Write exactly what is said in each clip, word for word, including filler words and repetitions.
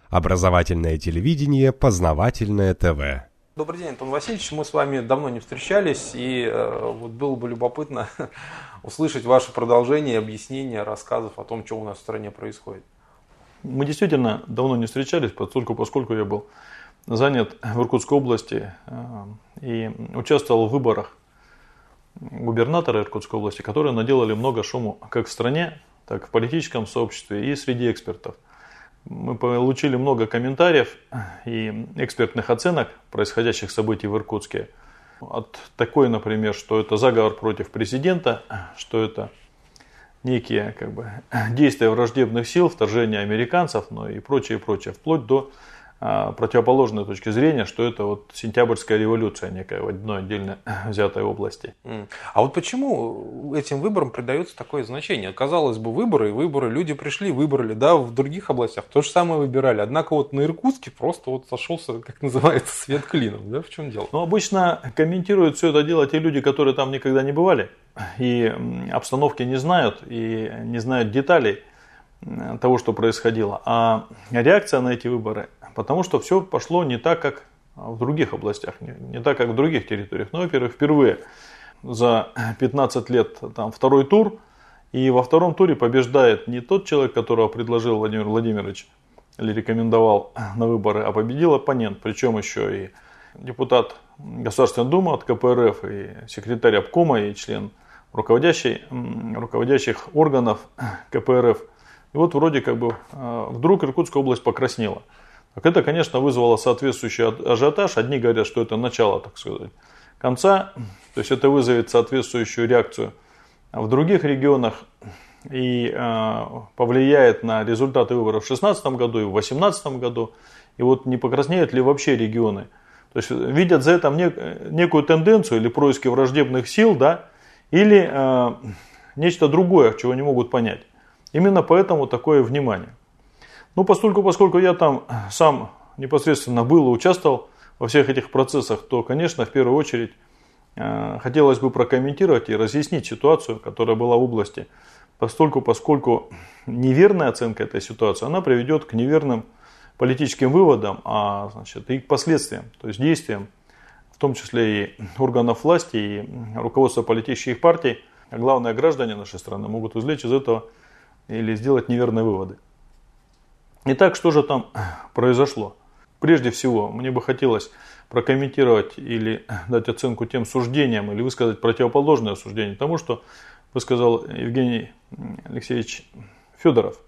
Образовательное телевидение, познавательное ТВ. Добрый день, Антон Васильевич. Мы с вами давно не встречались, и э, вот было бы любопытно услышать ваше продолжение, объяснение, рассказов о том, что у нас в стране происходит. Мы действительно давно не встречались, поскольку, поскольку я был занят в Иркутской области э, и участвовал в выборах губернатора Иркутской области, которые наделали много шуму как в стране, так и в политическом сообществе и среди экспертов. Мы получили много комментариев и экспертных оценок происходящих событий в Иркутске. От такой, например, что это заговор против президента, что это некие как бы, действия враждебных сил, вторжение американцев, ну и прочее, прочее, вплоть до а, противоположной точки зрения, что это вот сентябрьская революция некая в одной отдельно взятой области. А вот почему этим выборам придается такое значение? Казалось бы, выборы, выборы, люди пришли, выбрали, да, в других областях то же самое выбирали. Однако вот на Иркутске просто вот сошелся, как называется, свет клином, да, в чем дело? Ну, обычно комментируют все это дело те люди, которые там никогда не бывали, и обстановки не знают, и не знают деталей того, что происходило. А реакция на эти выборы, потому что все пошло не так, как в других областях, не, не так, как в других территориях. Ну, во-первых, впервые за пятнадцать лет там второй тур, и во втором туре побеждает не тот человек, которого предложил Владимир Владимирович или рекомендовал на выборы, а победил оппонент, причем еще и депутат Государственной Думы от ка пэ эр эф, и секретарь обкома, и член руководящих, руководящих органов ка пэ эр эф. И вот вроде как бы вдруг Иркутская область покраснела. Так это, конечно, вызвало соответствующий ажиотаж. Одни говорят, что это начало, так сказать, конца. То есть это вызовет соответствующую реакцию в других регионах и э, повлияет на результаты выборов в две тысячи шестнадцатом году и в две тысячи восемнадцатом году. И вот не покраснеют ли вообще регионы? То есть видят за это нек- некую тенденцию или происки враждебных сил, да, или э, нечто другое, чего не могут понять. Именно поэтому такое внимание. Ну, поскольку, поскольку я там сам непосредственно был и участвовал во всех этих процессах, то, конечно, в первую очередь э, хотелось бы прокомментировать и разъяснить ситуацию, которая была в области. Поскольку, поскольку неверная оценка этой ситуации, она приведет к неверным политическим выводам, а значит, и к последствиям, то есть действиям, в том числе и органов власти, и руководства политических партий, а главное, граждане нашей страны могут извлечь из этого или сделать неверные выводы. Итак, что же там произошло? Прежде всего, мне бы хотелось прокомментировать или дать оценку тем суждениям, или высказать противоположное суждение тому, что высказал Евгений Алексеевич Федоров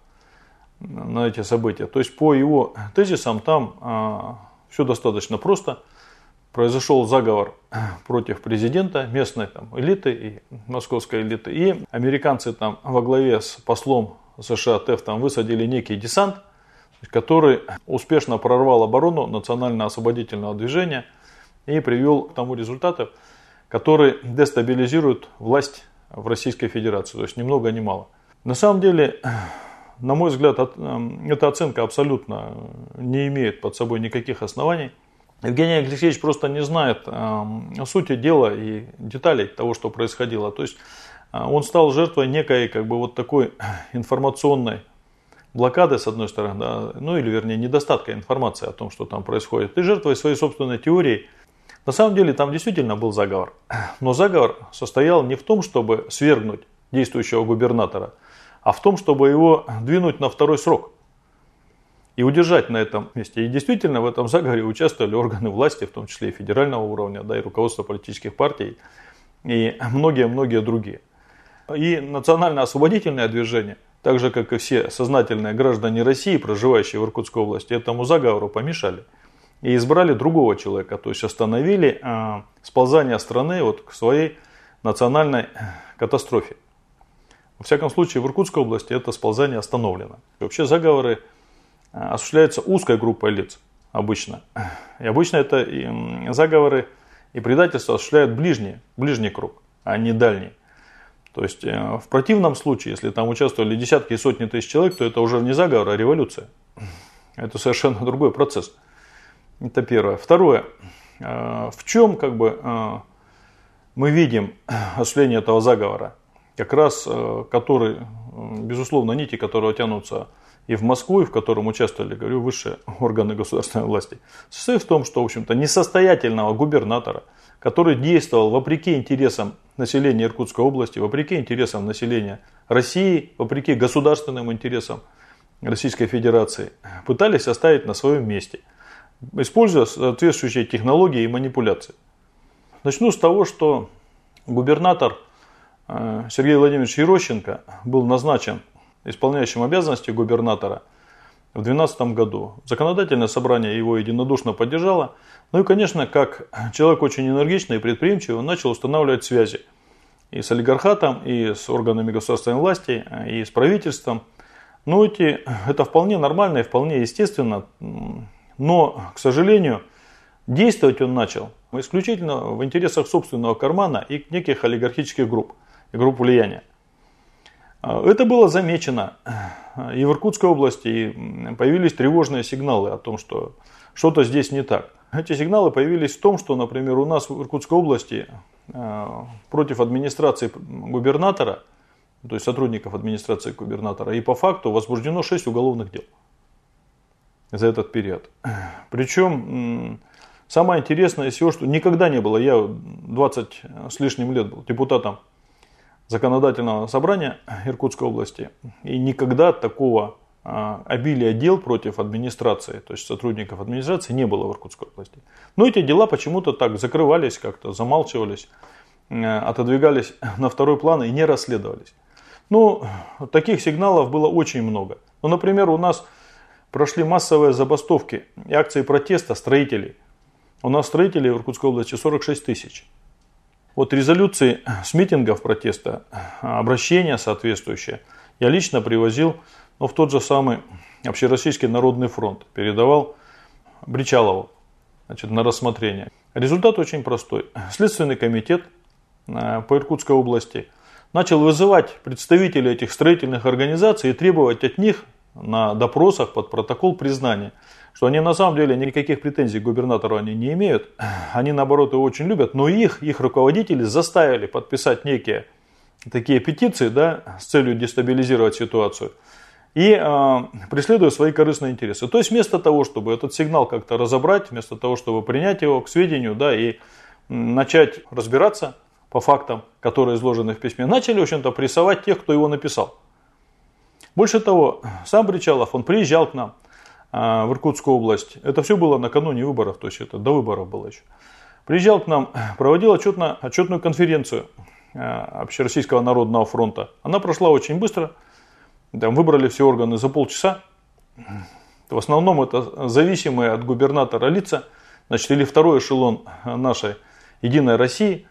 на эти события. То есть по его тезисам там а, все достаточно просто. Произошел заговор против президента, местной там, элиты и московской элиты. И американцы там во главе с послом США Тэфт там высадили некий десант, который успешно прорвал оборону национально-освободительного движения и привел к тому результату, который дестабилизирует власть в Российской Федерации. То есть ни много ни мало. На самом деле, на мой взгляд, эта оценка абсолютно не имеет под собой никаких оснований. Евгений Алексеевич просто не знает э, сути дела и деталей того, что происходило. То есть э, он стал жертвой некой как бы вот такой информационной блокады, с одной стороны, да, ну или вернее недостатка информации о том, что там происходит, и жертвой своей собственной теории. На самом деле там действительно был заговор. Но заговор состоял не в том, чтобы свергнуть действующего губернатора, а в том, чтобы его двинуть на второй срок. И удержать на этом месте. И действительно в этом заговоре участвовали органы власти, в том числе и федерального уровня, да, и руководство политических партий, и многие-многие другие. И национально-освободительное движение, так же как и все сознательные граждане России, проживающие в Иркутской области, этому заговору помешали. И избрали другого человека, то есть остановили э, сползание страны вот к своей национальной катастрофе. Во всяком случае, в Иркутской области это сползание остановлено. И вообще заговоры осуществляется узкой группой лиц обычно. И обычно это и заговоры и предательства осуществляют ближний, ближний круг, а не дальний. То есть в противном случае, если там участвовали десятки и сотни тысяч человек, то это уже не заговор, а революция. Это совершенно другой процесс. Это первое. Второе. В чем как бы мы видим осуществление этого заговора? Как раз который, безусловно, нити которого тянутся и в Москву, и в котором участвовали, говорю, высшие органы государственной власти, состоит в том, что, в общем-то, несостоятельного губернатора, который действовал вопреки интересам населения Иркутской области, вопреки интересам населения России, вопреки государственным интересам Российской Федерации, пытались оставить на своем месте, используя соответствующие технологии и манипуляции. Начну с того, что губернатор Сергей Владимирович Ерощенко был назначен исполняющим обязанности губернатора в две тысячи двенадцатом году. Законодательное собрание его единодушно поддержало. Ну и, конечно, как человек очень энергичный и предприимчивый, он начал устанавливать связи и с олигархатом, и с органами государственной власти, и с правительством. Ну, эти, это вполне нормально и вполне естественно, но, к сожалению, действовать он начал исключительно в интересах собственного кармана и неких олигархических групп, и групп влияния. Это было замечено и в Иркутской области, и появились тревожные сигналы о том, что что-то здесь не так. Эти сигналы появились в том, что, например, у нас в Иркутской области против администрации губернатора, то есть сотрудников администрации губернатора, и по факту возбуждено шесть уголовных дел за этот период. Причем самое интересное всего, что никогда не было, я двадцать с лишним лет был депутатом законодательного собрания Иркутской области, и никогда такого а, обилия дел против администрации, то есть сотрудников администрации, не было в Иркутской области. Но эти дела почему-то так закрывались, как-то замалчивались, э, отодвигались на второй план и не расследовались. Ну, таких сигналов было очень много. Ну, например, у нас прошли массовые забастовки и акции протеста строителей. У нас строителей в Иркутской области сорок шесть тысяч. Вот резолюции с митингов протеста, обращения соответствующие, я лично привозил ну, в тот же самый Общероссийский народный фронт, передавал Бричалову, значит, на рассмотрение. Результат очень простой. Следственный комитет по Иркутской области начал вызывать представителей этих строительных организаций и требовать от них на допросах под протокол признания, что они на самом деле никаких претензий к губернатору они не имеют, они наоборот его очень любят, но их, их руководители заставили подписать некие такие петиции, да, с целью дестабилизировать ситуацию и э, преследуя свои корыстные интересы. То есть вместо того, чтобы этот сигнал как-то разобрать, вместо того, чтобы принять его к сведению, да, и начать разбираться по фактам, которые изложены в письме, начали, в общем-то, прессовать тех, кто его написал. Больше того, сам Бричалов, он приезжал к нам в Иркутскую область. Это все было накануне выборов, то есть это до выборов было еще. Приезжал к нам, проводил отчетно, отчетную конференцию Общероссийского народного фронта. Она прошла очень быстро. Там выбрали все органы за полчаса. В основном это зависимые от губернатора лица, значит, или второй эшелон нашей Единой России.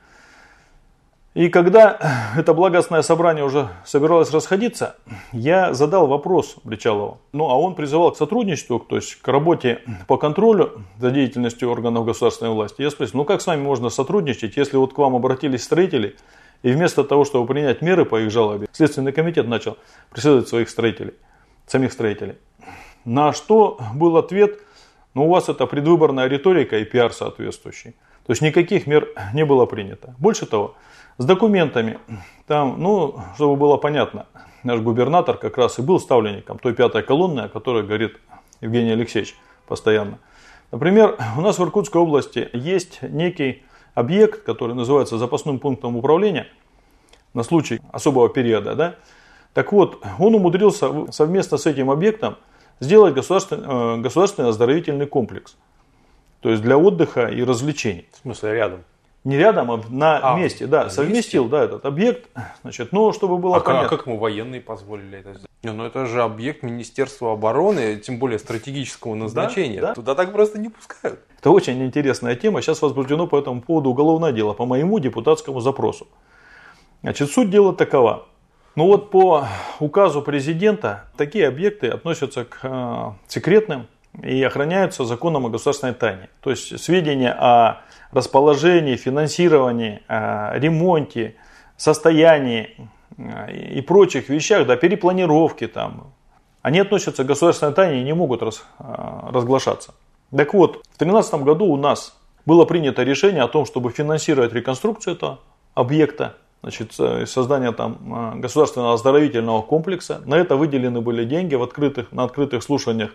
И когда это благостное собрание уже собиралось расходиться, я задал вопрос Бричалову. Ну, а он призывал к сотрудничеству, то есть к работе по контролю за деятельностью органов государственной власти. Я спросил, ну как с вами можно сотрудничать, если вот к вам обратились строители, и вместо того, чтобы принять меры по их жалобе, Следственный комитет начал преследовать своих строителей, самих строителей. На что был ответ, ну у вас это предвыборная риторика и пиар соответствующий. То есть никаких мер не было принято. Больше того, с документами, там, ну, чтобы было понятно, наш губернатор как раз и был ставленником той пятой колонны, о которой говорит Евгений Алексеевич постоянно. Например, у нас в Иркутской области есть некий объект, который называется запасным пунктом управления на случай особого периода. Да? Так вот, он умудрился совместно с этим объектом сделать государственный, государственный оздоровительный комплекс. То есть для отдыха и развлечений. В смысле рядом? Не рядом, а на а, месте, да, на совместил, месте? Да, этот объект, значит, ну, чтобы было а понятно. А как ему военные позволили это сделать? Не, ну это же объект Министерства обороны, тем более стратегического назначения. Да, да. Туда так просто не пускают. Это очень интересная тема. Сейчас возбуждено по этому поводу уголовное дело по моему депутатскому запросу. Значит, суть дела такова. Ну вот по указу президента такие объекты относятся к э, секретным и охраняются законом о государственной тайне. То есть сведения о расположении, финансировании, ремонте, состоянии и прочих вещах, да, перепланировки там, они относятся к государственной тайне и не могут раз, разглашаться. Так вот, в две тысячи тринадцатом году у нас было принято решение о том, чтобы финансировать реконструкцию этого объекта значит, создания там государственного оздоровительного комплекса. На это выделены были деньги в открытых, на открытых слушаниях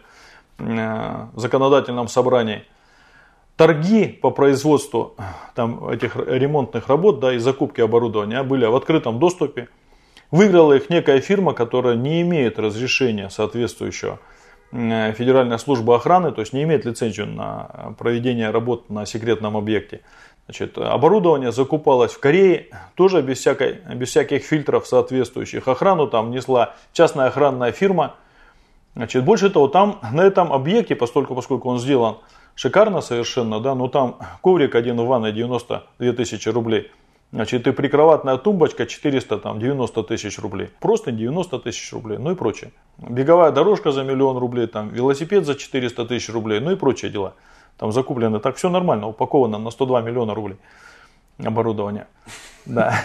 в законодательном собрании. Торги по производству там, этих ремонтных работ, да, и закупки оборудования были в открытом доступе. Выиграла их некая фирма, которая не имеет разрешения соответствующего Федеральной службы охраны, то есть не имеет лицензию на проведение работ на секретном объекте. Значит, оборудование закупалось в Корее, тоже без, всякой, без всяких фильтров соответствующих. Охрану там несла частная охранная фирма. Значит, больше того, там на этом объекте, поскольку, поскольку он сделан шикарно совершенно, да, но там коврик один в ванной девяносто две тысячи рублей. Значит, и прикроватная тумбочка четыреста девяносто тысяч рублей. Просто девяносто тысяч рублей, ну и прочее. Беговая дорожка за миллион рублей, там, велосипед за четыреста тысяч рублей, ну и прочие дела. Там закуплено, так все нормально, упаковано на сто два миллиона рублей оборудование. Да.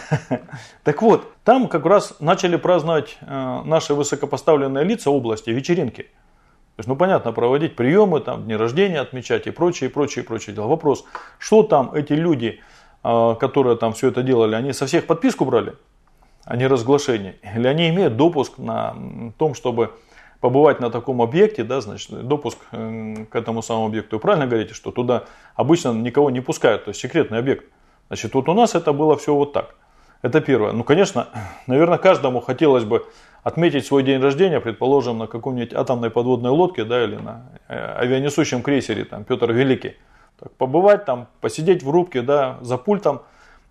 Так вот, там как раз начали праздновать э, наши высокопоставленные лица области вечеринки. То есть, ну понятно, проводить приемы, там, дни рождения отмечать и прочие, прочие, прочие дела. Вопрос, что там эти люди, э, которые там все это делали, они со всех подписку брали, а не разглашение? Или они имеют допуск на том, чтобы побывать на таком объекте, да, значит, допуск э, к этому самому объекту. Вы правильно говорите, что туда обычно никого не пускают, то есть секретный объект. Значит, вот у нас это было все вот так. Это первое. Ну, конечно, наверное, каждому хотелось бы отметить свой день рождения, предположим, на каком-нибудь атомной подводной лодке, да, или на авианесущем крейсере, там, Петр Великий. Так, побывать там, посидеть в рубке, да, за пультом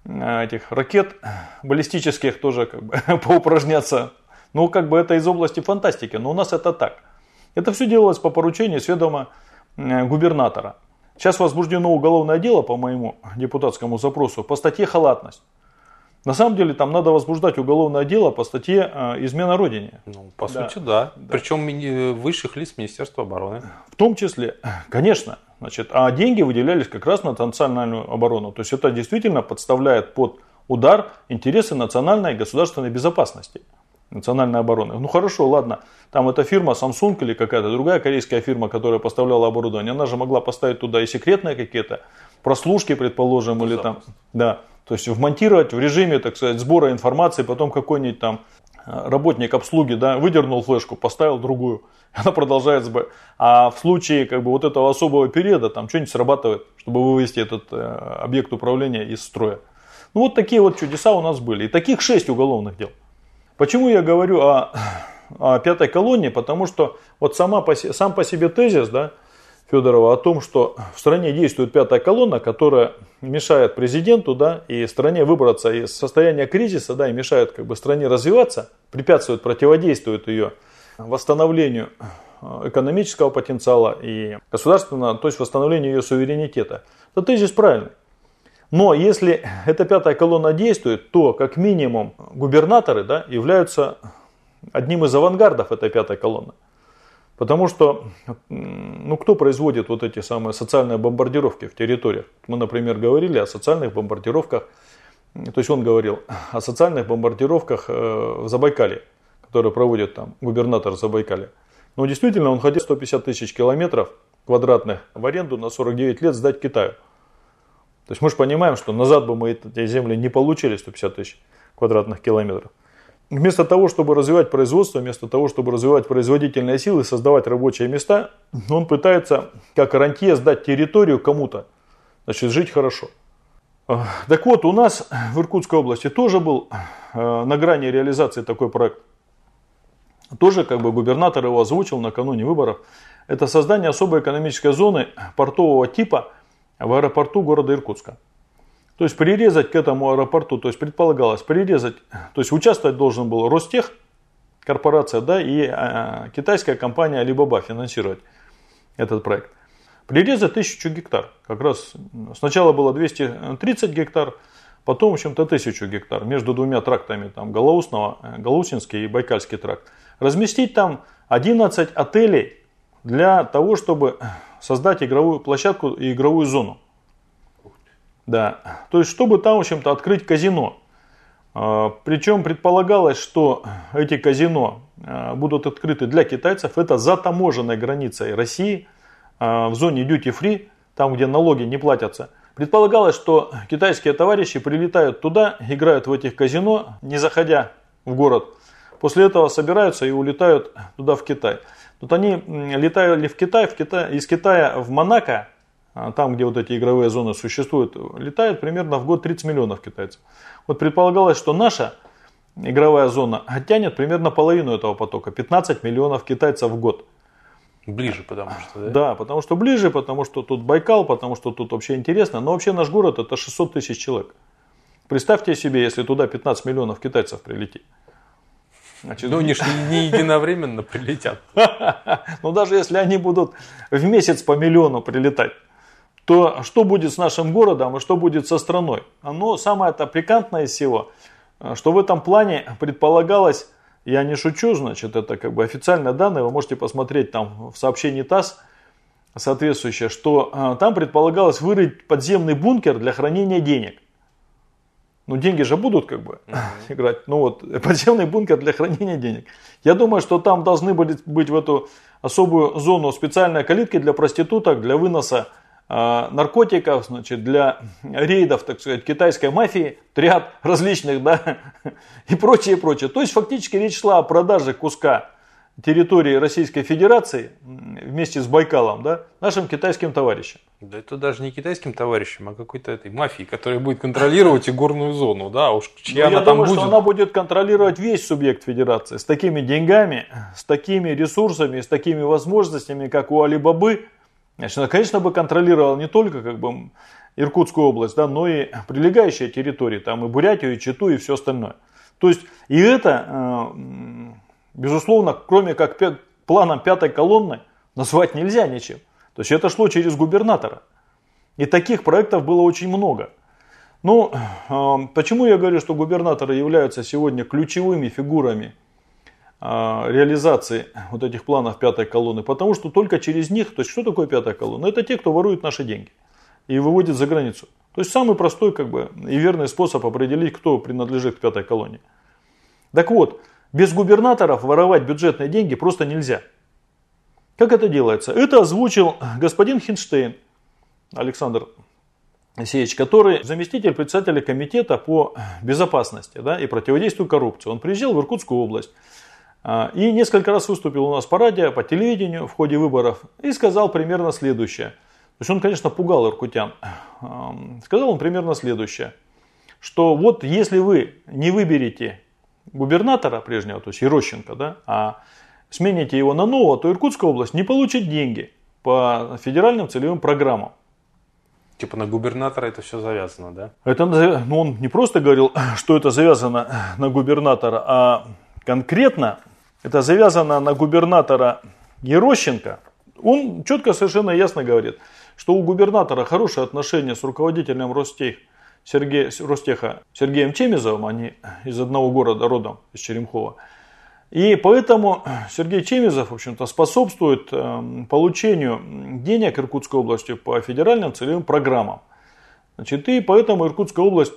этих ракет баллистических тоже как бы поупражняться. Ну, как бы это из области фантастики, но у нас это так. Это все делалось по поручению с ведома губернатора. Сейчас возбуждено уголовное дело по моему депутатскому запросу по статье «Халатность». На самом деле там надо возбуждать уголовное дело по статье э, «Измена Родине». Ну, по да. сути, да. да. Причем высших лиц Министерства обороны. В том числе, конечно. Значит, а деньги выделялись как раз на национальную оборону. То есть это действительно подставляет под удар интересы национальной и государственной безопасности. Национальной обороны. Ну хорошо, ладно, там эта фирма Samsung или какая-то другая корейская фирма, которая поставляла оборудование, она же могла поставить туда и секретные какие-то прослушки, предположим, или там, да, то есть вмонтировать в режиме, так сказать, сбора информации, потом какой-нибудь там работник обслуги, да, выдернул флешку, поставил другую, она продолжает сбор. А в случае как бы вот этого особого периода там что-нибудь срабатывает, чтобы вывести этот э, объект управления из строя. Ну вот такие вот чудеса у нас были. И таких шесть уголовных дел. Почему я говорю о, о пятой колонне? Потому что вот сама по, сам по себе тезис, да, Федорова о том, что в стране действует пятая колонна, которая мешает президенту, да, и стране выбраться из состояния кризиса, да, и мешает как бы стране развиваться, препятствует, противодействует ее восстановлению экономического потенциала и государственного, то есть восстановлению ее суверенитета. Это тезис правильный. Но если эта пятая колонна действует, то как минимум губернаторы, да, являются одним из авангардов этой пятой колонны. Потому что, ну, кто производит вот эти самые социальные бомбардировки в территориях? Мы, например, говорили о социальных бомбардировках, то есть он говорил о социальных бомбардировках в Забайкалье, которые проводит там губернатор Забайкалья. Но действительно он хотел сто пятьдесят тысяч километров квадратных в аренду на сорок девять лет сдать Китаю. То есть мы же понимаем, что назад бы мы эти земли не получили сто пятьдесят тысяч квадратных километров. Вместо того, чтобы развивать производство, вместо того, чтобы развивать производительные силы, создавать рабочие места, он пытается, как рантье, сдать территорию кому-то, значит, жить хорошо. Так вот, у нас в Иркутской области тоже был на грани реализации такой проект. Тоже как бы губернатор его озвучил накануне выборов. Это создание особой экономической зоны портового типа в аэропорту города Иркутска. То есть прирезать к этому аэропорту, то есть предполагалось прирезать, то есть участвовать должен был Ростех, корпорация, да, и э, китайская компания Alibaba финансировать этот проект. Прирезать тысячу гектар. Как раз сначала было двести тридцать гектар, потом, в общем-то, тысячу гектар между двумя трактами, там, Голоусного, Голоусинский и Байкальский тракт. Разместить там одиннадцать отелей для того, чтобы создать игровую площадку и игровую зону. Да, то есть, чтобы там, в общем-то, открыть казино. Причем предполагалось, что эти казино будут открыты для китайцев. Это за таможенной границей России, в зоне duty free, там, где налоги не платятся Предполагалось, что китайские товарищи прилетают туда, играют в этих казино, не заходя в город. После этого собираются и улетают туда, в Китай. Тут они летали в Китай, в Китай, из Китая в Монако, там, где вот эти игровые зоны существуют, летает примерно в год тридцать миллионов китайцев. Вот предполагалось, что наша игровая зона оттянет примерно половину этого потока, пятнадцать миллионов китайцев в год. Ближе, потому что, да? Да, потому что ближе, потому что тут Байкал, потому что тут вообще интересно. Но вообще наш город это шестьсот тысяч человек. Представьте себе, если туда пятнадцать миллионов китайцев прилетит. Значит, ну, они же не единовременно прилетят. Но даже если они будут в месяц по миллиону прилетать, то что будет с нашим городом и что будет со страной? Оно самое-то пикантное из всего, что в этом плане предполагалось, я не шучу, значит, это как бы официальные данные, вы можете посмотреть там в сообщении ТАСС соответствующее, что там предполагалось вырыть подземный бункер для хранения денег. Ну, деньги же будут как бы uh-huh. играть. Ну вот, подземный бункер для хранения денег. Я думаю, что там должны были быть в эту особую зону специальные калитки для проституток, для выноса э, наркотиков, значит, для рейдов, так сказать, китайской мафии, ряд различных, да, и прочее, прочее. То есть, фактически речь шла о продаже куска территории Российской Федерации вместе с Байкалом, да, нашим китайским товарищам. Да это даже не китайским товарищам, а какой-то этой мафии, которая будет контролировать и горную зону, да, уж чья ну, она я там думаю, будет. Что она будет контролировать весь субъект Федерации с такими деньгами, с такими ресурсами, с такими возможностями, как у Али-Бабы. Значит, она, конечно, бы контролировала не только как бы Иркутскую область, да, но и прилегающие территории, там и Бурятию, и Читу, и все остальное. То есть и это, безусловно, кроме как планом пятой колонны, назвать нельзя ничем. То есть это шло через губернатора. И таких проектов было очень много. Ну, почему я говорю, что губернаторы являются сегодня ключевыми фигурами реализации вот этих планов пятой колонны? Потому что только через них, то есть что такое пятая колонна? Это те, кто ворует наши деньги и выводит за границу. То есть самый простой как бы, и верный способ определить, кто принадлежит к пятой колонне. Так вот, без губернаторов воровать бюджетные деньги просто нельзя. Как это делается? Это озвучил господин Хинштейн, Александр Алексеевич, который заместитель председателя комитета по безопасности, да, и противодействию коррупции. Он приезжал в Иркутскую область и несколько раз выступил у нас по радио, по телевидению в ходе выборов и сказал примерно следующее. То есть он, конечно, пугал иркутян. Сказал он примерно следующее, что вот если вы не выберете губернатора прежнего, то есть Ерощенко, да, а смените его на нового, то Иркутская область не получит деньги по федеральным целевым программам. Типа на губернатора это все завязано, да? Это, ну, он не просто говорил, что это завязано на губернатора, а конкретно это завязано на губернатора Ерощенко. Он четко, совершенно ясно говорит, что у губернатора хорошие отношения с руководителем Ростех, Сергея, Ростеха Сергеем Чемизовым, они из одного города родом, из Черемхова. И поэтому Сергей Чемизов, в общем-то, способствует получению денег Иркутской области по федеральным целевым программам. Значит, и поэтому Иркутская область,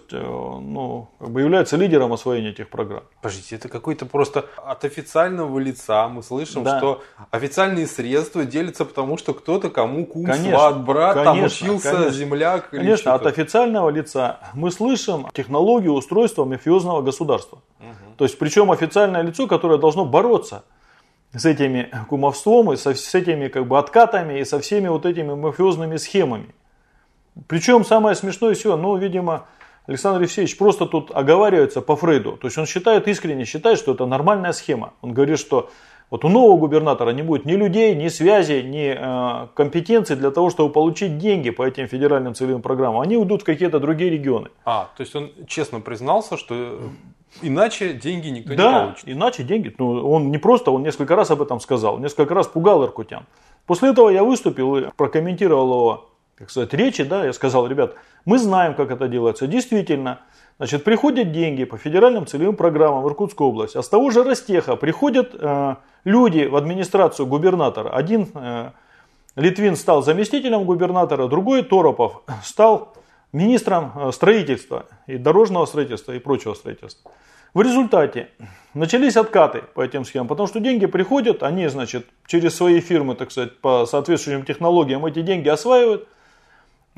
ну, как бы является лидером освоения этих программ. Подождите, это какой-то просто от официального лица мы слышим, да. что официальные средства делятся потому, что кто-то кому кум, конечно, сват, брат, конечно, там учился, конечно. земляк. Или конечно, от официального лица мы слышим технологию устройства мафиозного государства. Угу. То есть, причем официальное лицо, которое должно бороться с этими кумовством, и со, с этими как бы откатами, и со всеми вот этими мафиозными схемами. Причем самое смешное всего, ну, видимо, Александр Алексеевич просто тут оговаривается по Фрейду. То есть он считает, искренне считает, что это нормальная схема. Он говорит, что вот у нового губернатора не будет ни людей, ни связи, ни э, компетенций для того, чтобы получить деньги по этим федеральным целевым программам. Они уйдут в какие-то другие регионы. А, то есть он честно признался, что иначе деньги никто да, не получит. Да, иначе деньги. Ну, он не просто, он несколько раз об этом сказал, несколько раз пугал иркутян. После этого я выступил и прокомментировал его, как сказать, речи, да, я сказал, ребят, мы знаем, как это делается. Действительно, значит, приходят деньги по федеральным целевым программам в Иркутскую область, а с того же Ростеха приходят э, люди в администрацию губернатора. Один э, Литвин стал заместителем губернатора, другой Торопов стал министром строительства и дорожного строительства и прочего строительства. В результате начались откаты по этим схемам, потому что деньги приходят, они, значит, через свои фирмы, так сказать, по соответствующим технологиям эти деньги осваивают.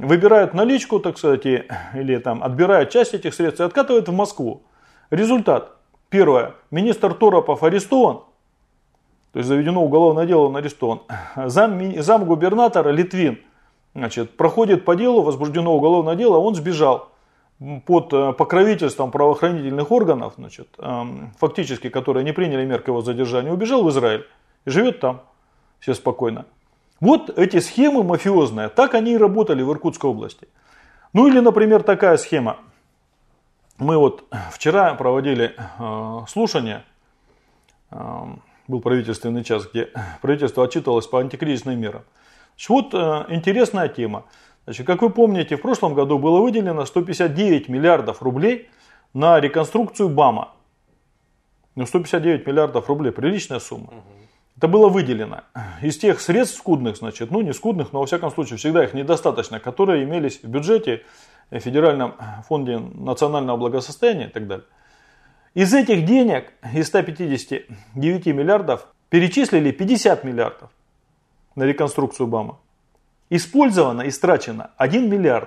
выбирают наличку, так сказать, и, или там отбирают часть этих средств и откатывают в Москву. Результат. Первое. Министр Торопов арестован. То есть заведено уголовное дело, он арестован. Зам, замгубернатора Литвин, значит, проходит по делу, возбуждено уголовное дело, он сбежал под покровительством правоохранительных органов, значит, фактически, которые не приняли мер к его задержанию, убежал в Израиль и живет там. Все спокойно. Вот эти схемы мафиозные, так они и работали в Иркутской области. Ну или, например, такая схема. Мы вот вчера проводили э, слушание, э, был правительственный час, где правительство отчитывалось по антикризисным мерам. Значит, вот э, интересная тема. Значит, как вы помните, в прошлом году было выделено сто пятьдесят девять миллиардов рублей на реконструкцию БАМа. Ну, сто пятьдесят девять миллиардов рублей, приличная сумма. Это было выделено из тех средств скудных, значит, ну не скудных, но во всяком случае всегда их недостаточно, которые имелись в бюджете, в Федеральном фонде национального благосостояния и так далее. Из этих денег, из ста пятидесяти девяти миллиардов, перечислили пятьдесят миллиардов на реконструкцию БАМа. Использовано, истрачено один миллиард.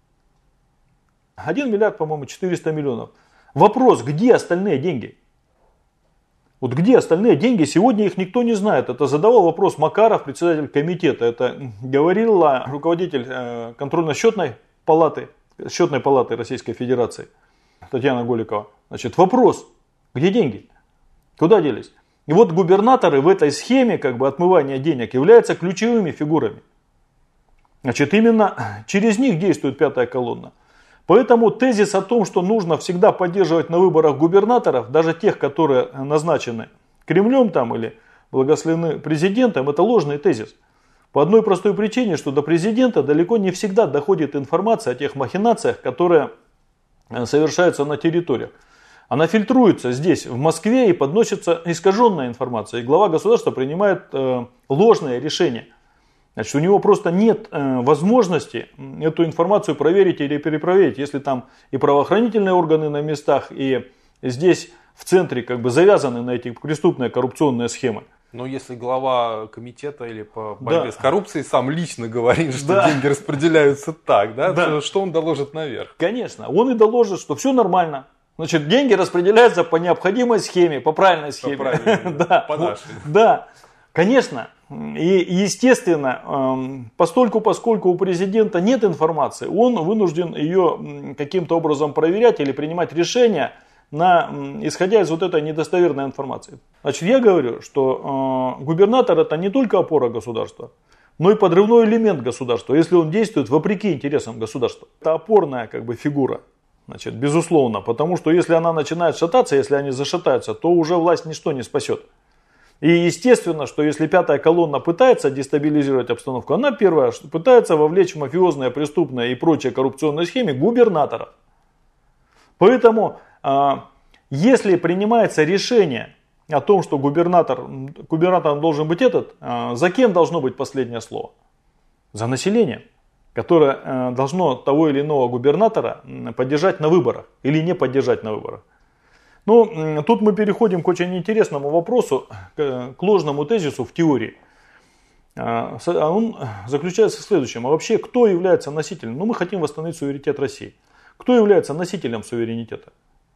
один миллиард, по-моему, четыреста миллионов. Вопрос, где остальные деньги? Вот где остальные деньги? Сегодня их никто не знает. Это задавал вопрос Макаров, председатель комитета. Это говорила руководитель контрольно-счетной палаты, счетной палаты Российской Федерации Татьяна Голикова. Значит, вопрос, где деньги? Куда делись? И вот губернаторы в этой схеме как бы отмывания денег являются ключевыми фигурами. Значит, именно через них действует пятая колонна. Поэтому тезис о том, что нужно всегда поддерживать на выборах губернаторов, даже тех, которые назначены Кремлем там, или благословены президентом, это ложный тезис. По одной простой причине, что до президента далеко не всегда доходит информация о тех махинациях, которые совершаются на территориях. Она фильтруется здесь, в Москве, и подносится искаженная информация. И глава государства принимает э, ложные решения. Значит, у него просто нет э, возможности эту информацию проверить или перепроверить, если там и правоохранительные органы на местах, и здесь в центре как бы завязаны на эти преступные коррупционные схемы. Но если глава комитета или по борьбе да. с коррупцией сам лично говорит, что да. деньги распределяются так, да, да. то что он доложит наверх? Конечно, он и доложит, что все нормально. Значит, деньги распределяются по необходимой схеме, по правильной схеме. По правильной, да. по нашей. Да, конечно. И естественно, постольку, поскольку у президента нет информации, он вынужден ее каким-то образом проверять или принимать решения, на, исходя из вот этой недостоверной информации. Значит, я говорю, что э, губернатор это не только опора государства, но и подрывной элемент государства, если он действует вопреки интересам государства. Это опорная как бы фигура, значит, безусловно, потому что если она начинает шататься, если они зашатаются, то уже власть ничто не спасет. И естественно, что если пятая колонна пытается дестабилизировать обстановку, она первая, что пытается вовлечь в мафиозные, преступные и прочие коррупционные схемы губернаторов. Поэтому, если принимается решение о том, что губернатор, губернатором должен быть этот, за кем должно быть последнее слово? За население, которое должно того или иного губернатора поддержать на выборах или не поддержать на выборах. Ну, тут мы переходим к очень интересному вопросу, к ложному тезису в теории. Он заключается в следующем. А вообще, кто является носителем? Ну, мы хотим восстановить суверенитет России. Кто является носителем суверенитета?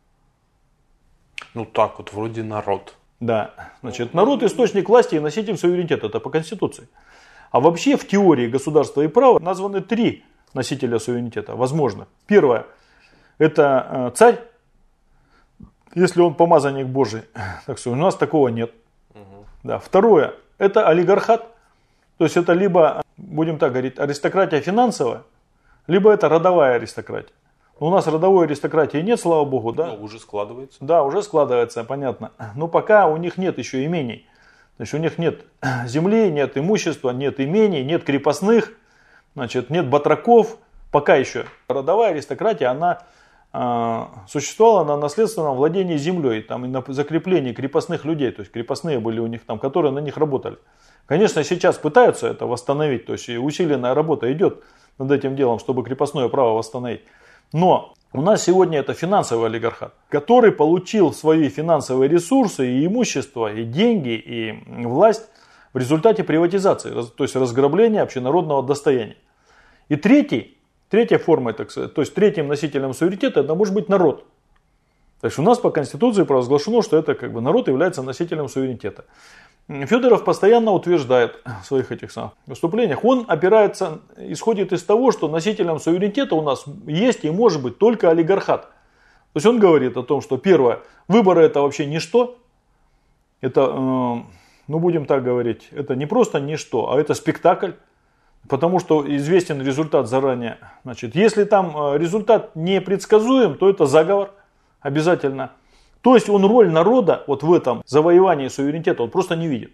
Ну, так вот, вроде народ. Да, значит, народ источник власти и носитель суверенитета, это по Конституции. А вообще в теории государства и права названы три носителя суверенитета, возможно. Первое, это царь. Если он помазанник Божий, так что у нас такого нет. Угу. Да. Второе, это олигархат. То есть это либо, будем так говорить, аристократия финансовая, либо это родовая аристократия. Но у нас родовой аристократии нет, слава богу. Да? Но уже складывается. Да, уже складывается, понятно. Но пока у них нет еще имений. Значит, у них нет земли, нет имущества, нет имений, нет крепостных, значит, нет батраков. Пока еще родовая аристократия, она... существовала на наследственном владении землей, там, и на закреплении крепостных людей, то есть крепостные были у них там, которые на них работали. Конечно, сейчас пытаются это восстановить, то есть усиленная работа идет над этим делом, чтобы крепостное право восстановить. Но у нас сегодня это финансовый олигархат, который получил свои финансовые ресурсы, и имущество, и деньги, и власть в результате приватизации, то есть разграбления общенародного достояния. И третий Третьей формой, так сказать, то есть третьим носителем суверенитета, это может быть народ. То есть у нас по Конституции провозглашено, что это как бы народ является носителем суверенитета. Федоров постоянно утверждает в своих этих самых выступлениях, он опирается, исходит из того, что носителем суверенитета у нас есть и может быть только олигархат. То есть он говорит о том, что первое, выборы это вообще ничто, это, э, ну будем так говорить, это не просто ничто, а это спектакль, потому что известен результат заранее. Значит, если там результат непредсказуем, то это заговор обязательно. То есть он роль народа вот в этом завоевании суверенитета он просто не видит.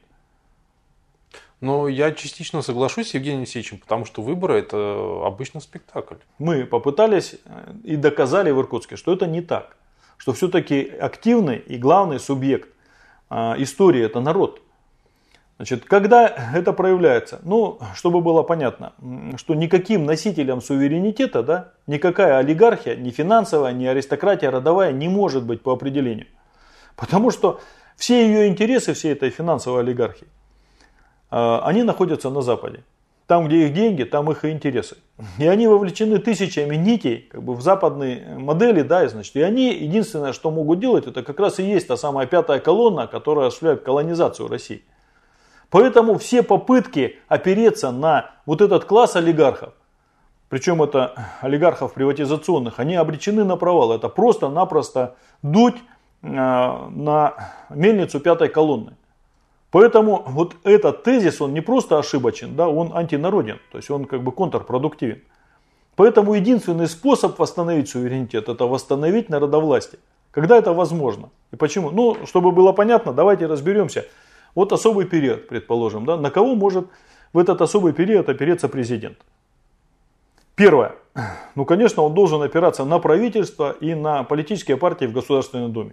Но я частично соглашусь с Евгением Алексеевичем, потому что выборы это обычно спектакль. Мы попытались и доказали в Иркутске, что это не так. Что все-таки активный и главный субъект истории это народ. Значит, когда это проявляется? Ну, чтобы было понятно, что никаким носителем суверенитета, да, никакая олигархия, ни финансовая, ни аристократия родовая не может быть по определению. Потому что все ее интересы, всей этой финансовой олигархии, они находятся на Западе. Там, где их деньги, там их и интересы. И они вовлечены тысячами нитей как бы, в западные модели. Да, и, значит, и они единственное, что могут делать, это как раз и есть та самая пятая колонна, которая осуществляет колонизацию России. Поэтому все попытки опереться на вот этот класс олигархов, причем это олигархов приватизационных, они обречены на провал. Это просто-напросто дуть э, на мельницу пятой колонны. Поэтому вот этот тезис, он не просто ошибочен, да, он антинароден, то есть он как бы контрпродуктивен. Поэтому единственный способ восстановить суверенитет, это восстановить народовластие. Когда это возможно? И почему? Ну, чтобы было понятно, давайте разберемся. Вот особый период, предположим, да, на кого может в этот особый период опереться президент? Первое. Ну, конечно, он должен опираться на правительство и на политические партии в Государственной Думе.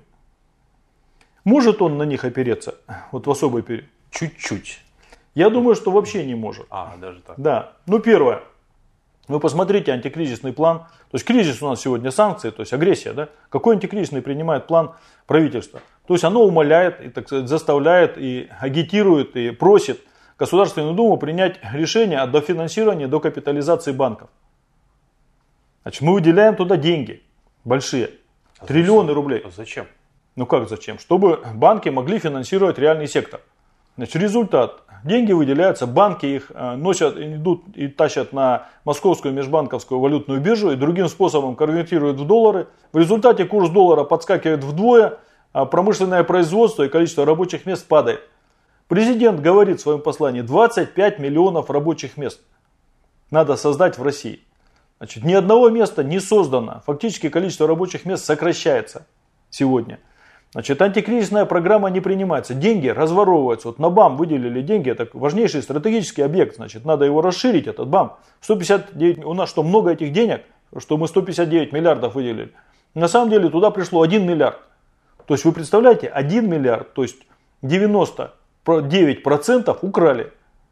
Может он на них опереться вот в особый период? Чуть-чуть. Я думаю, что вообще не может. А, даже так. Да. Ну, первое. Вы посмотрите антикризисный план. То есть кризис у нас сегодня санкции, то есть агрессия. Да? Какой антикризисный принимает план правительства? То есть оно умаляет, и, так сказать, заставляет, и агитирует, и просит Государственную Думу принять решение о дофинансировании, докапитализации банков. Значит, мы выделяем туда деньги большие, а триллионы зачем? рублей. А зачем? Ну как зачем? Чтобы банки могли финансировать реальный сектор. Значит, результат. Деньги выделяются, банки их носят, идут и тащат на московскую межбанковскую валютную биржу и другим способом конвертируют в доллары. В результате курс доллара подскакивает вдвое, а промышленное производство и количество рабочих мест падает. Президент говорит в своем послании, двадцать пять миллионов рабочих мест надо создать в России. Значит, ни одного места не создано. Фактически количество рабочих мест сокращается сегодня. Значит, антикризисная программа не принимается. Деньги разворовываются. Вот на БАМ выделили деньги. Это важнейший стратегический объект. Значит, надо его расширить, этот БАМ. сто пятьдесят девять, у нас что, много этих денег? Что мы сто пятьдесят девять миллиардов выделили? На самом деле туда пришло один миллиард. То есть вы представляете, один миллиард, то есть девяносто девять процентов украли.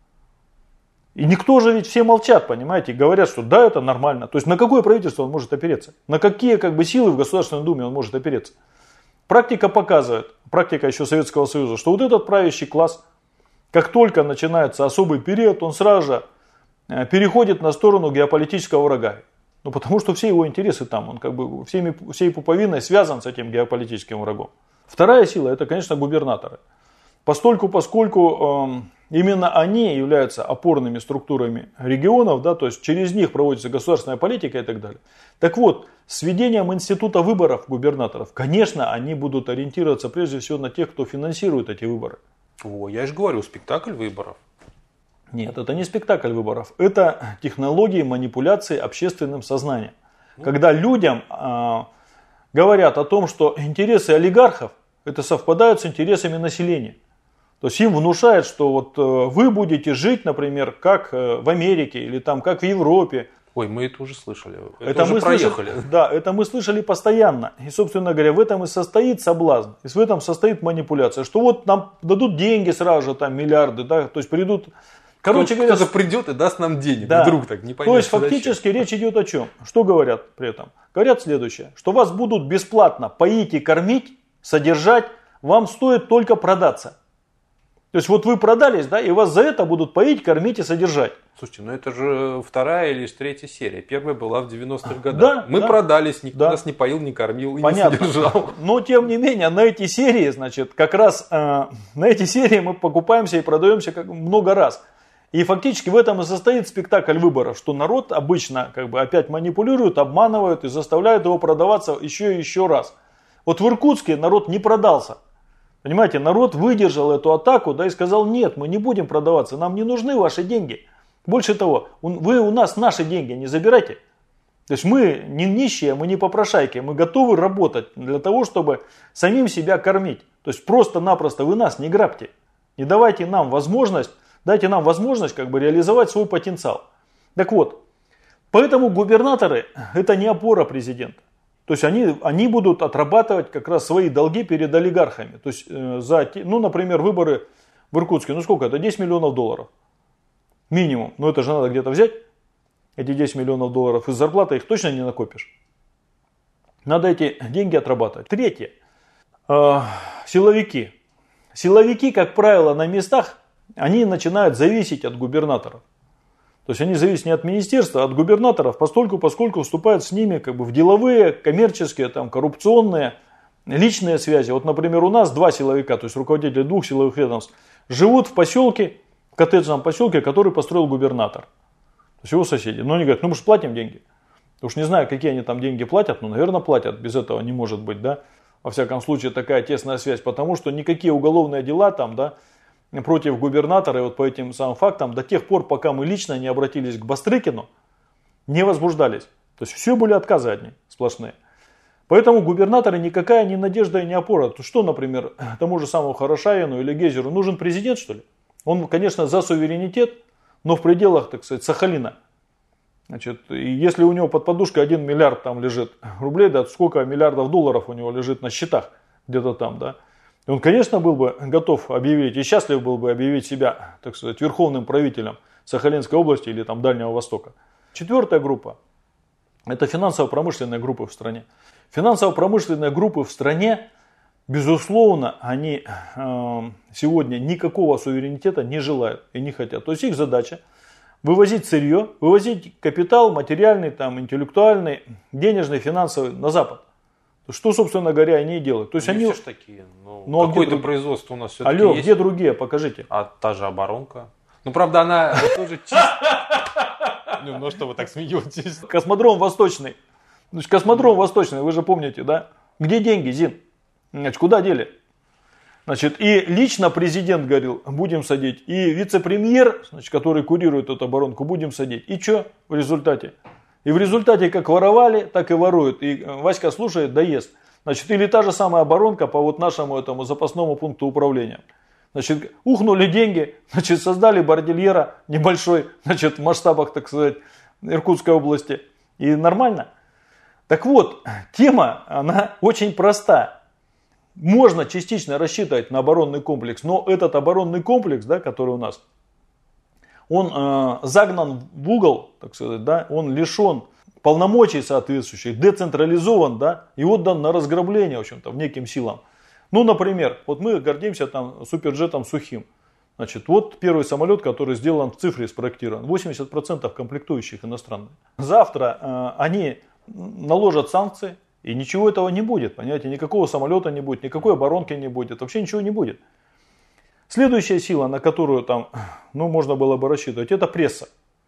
И никто же ведь все молчат, понимаете, говорят, что да, это нормально. То есть на какое правительство он может опереться? На какие как бы, силы в Государственной Думе он может опереться? Практика показывает, практика еще Советского Союза, что вот этот правящий класс, как только начинается особый период, он сразу же переходит на сторону геополитического врага. Ну потому что все его интересы там, он как бы всеми, всей пуповиной связан с этим геополитическим врагом. Вторая сила это, конечно, губернаторы. Постольку, поскольку э, именно они являются опорными структурами регионов, да, то есть через них проводится государственная политика и так далее. Так вот, с введением института выборов губернаторов, конечно, они будут ориентироваться прежде всего на тех, кто финансирует эти выборы. О, я же говорю, спектакль выборов. Нет, это не спектакль выборов, это технологии манипуляции общественным сознанием. Когда людям э, говорят о том, что интересы олигархов это совпадают с интересами населения. То есть им внушают, что вот вы будете жить, например, как в Америке или там, как в Европе. Ой, мы это уже слышали. Это, это уже мы проехали. Слышали, да, это мы слышали постоянно. И, собственно говоря, в этом и состоит соблазн. И в этом состоит манипуляция. Что вот нам дадут деньги сразу же, там миллиарды, да, то есть придут... Короче говоря, кто-то придет и даст нам денег. Да. Вдруг так, не понятно. То есть фактически зачем. Речь идет о чем? Что говорят при этом? Говорят следующее. Что вас будут бесплатно поить и кормить, содержать, вам стоит только продаться. То есть вот вы продались, да, и вас за это будут поить, кормить и содержать. Слушайте, ну это же вторая или третья серия. Первая была в девяностых годах. Да, Мы да. продались, никто Да. нас не поил, не кормил и Понятно. не содержал. Но тем не менее, на эти серии, значит, как раз э, на эти серии мы покупаемся и продаемся как много раз. И фактически в этом и состоит спектакль выборов, что народ обычно как бы опять манипулирует, обманывают и заставляют его продаваться еще и еще раз. Вот в Иркутске народ не продался. Понимаете, народ выдержал эту атаку, да, и сказал: нет, мы не будем продаваться, нам не нужны ваши деньги. Больше того, вы у нас наши деньги не забирайте. То есть мы не нищие, мы не попрошайки, мы готовы работать для того, чтобы самим себя кормить. То есть просто-напросто вы нас не грабьте. Не давайте нам возможность, дайте нам возможность как бы реализовать свой потенциал. Так вот, поэтому губернаторы это не опора президента. То есть они, они будут отрабатывать как раз свои долги перед олигархами. То есть, э, за, ну, например, выборы в Иркутске, ну сколько это? десять миллионов долларов. Минимум. Но это же надо где-то взять. Эти десять миллионов долларов из зарплаты, их точно не накопишь. Надо эти деньги отрабатывать. Третье. Э, силовики. Силовики, как правило, на местах, они начинают зависеть от губернаторов. То есть они зависят не от министерства, а от губернаторов, постольку, поскольку вступают с ними как бы в деловые, коммерческие, там, коррупционные, личные связи. Вот, например, у нас два силовика, то есть руководители двух силовых ведомств, живут в поселке, в коттеджном поселке, который построил губернатор. То есть его соседи. Но они говорят: ну мы же платим деньги. Уж не знаю, какие они там деньги платят, но, наверное, платят. Без этого не может быть, да. Во всяком случае, такая тесная связь, потому что никакие уголовные дела там, да, против губернатора, и вот по этим самым фактам, до тех пор, пока мы лично не обратились к Бастрыкину, не возбуждались. То есть все были отказы одни, сплошные. Поэтому губернаторы никакая не надежда и не опора. То что, например, тому же самому Хорошавину или Гейзеру нужен президент, что ли? Он, конечно, за суверенитет, но в пределах, так сказать, Сахалина. Значит, и если у него под подушкой один миллиард там лежит рублей, да, сколько миллиардов долларов у него лежит на счетах где-то там, да. Он, конечно, был бы готов объявить и счастлив был бы объявить себя, так сказать, верховным правителем Сахалинской области или там Дальнего Востока. Четвертая группа – это финансово-промышленные группы в стране. Финансово-промышленные группы в стране, безусловно, они э, сегодня никакого суверенитета не желают и не хотят. То есть их задача вывозить сырье, вывозить капитал материальный, там, интеллектуальный, денежный, финансовый на Запад. Что, собственно говоря, они и делают. То есть они они все ж такие. Ну, ну, какое-то а производство у нас все-таки Алло, есть. где другие? Покажите. А та же оборонка. Ну, правда, она тоже чисто. Ну, что вы так смеетесь? Космодром Восточный. Значит, космодром Восточный, вы же помните, да? Где деньги, Зин? Значит, куда дели? Значит, и лично президент говорил: будем садить. И вице-премьер, значит, который курирует эту оборонку, будем садить. И что в результате? И в результате как воровали, так и воруют. И Васька слушает, да ест. Значит, или та же самая оборонка по вот нашему этому запасному пункту управления. Значит, ухнули деньги, значит, создали бордильера небольшой, значит, в масштабах, так сказать, Иркутской области. И нормально. Так вот, тема, она очень проста. Можно частично рассчитывать на оборонный комплекс, но этот оборонный комплекс, да, который у нас, он э, загнан в угол, так сказать, да, он лишен полномочий соответствующих, децентрализован, да, и отдан на разграбление, в общем-то, в неким силам. Ну, например, вот мы гордимся там суперджетом Сухим. Значит, вот первый самолет, который сделан в цифре, спроектирован, восемьдесят процентов комплектующих иностранных. Завтра э, они наложат санкции, и ничего этого не будет, понимаете, никакого самолета не будет, никакой оборонки не будет, вообще ничего не будет. Следующая сила, на которую там, ну, можно было бы рассчитывать, это пресса.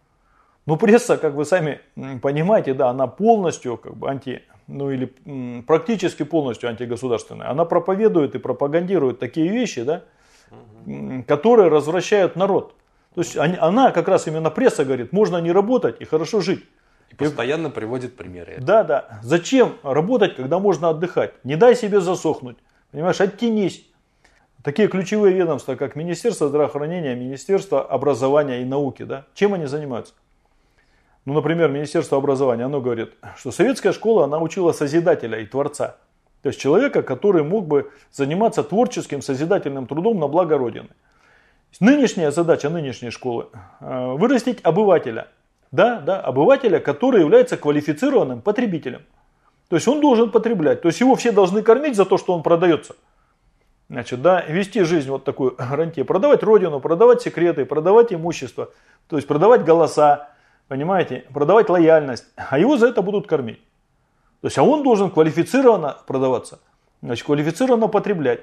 Но пресса, как вы сами понимаете, да, она полностью, как бы анти, ну или м, практически полностью антигосударственная. Она проповедует и пропагандирует такие вещи, да, угу. которые развращают народ. То есть они, она, как раз именно пресса говорит, можно не работать и хорошо жить. И постоянно приводит примеры. Да, да. Зачем работать, когда можно отдыхать? Не дай себе засохнуть. Понимаешь, оттянись. Такие ключевые ведомства, как Министерство здравоохранения, Министерство образования и науки, да, чем они занимаются? Ну, например, Министерство образования, оно говорит, что советская школа, она учила созидателя и творца. То есть человека, который мог бы заниматься творческим, созидательным трудом на благо Родины. Нынешняя задача нынешней школы – вырастить обывателя. Да, да, обывателя, который является квалифицированным потребителем. То есть он должен потреблять. То есть его все должны кормить за то, что он продается. Значит, да, вести жизнь вот такую рантье, продавать родину, продавать секреты, продавать имущество, то есть продавать голоса, понимаете, продавать лояльность, а его за это будут кормить. То есть, а он должен квалифицированно продаваться, значит, квалифицированно потреблять.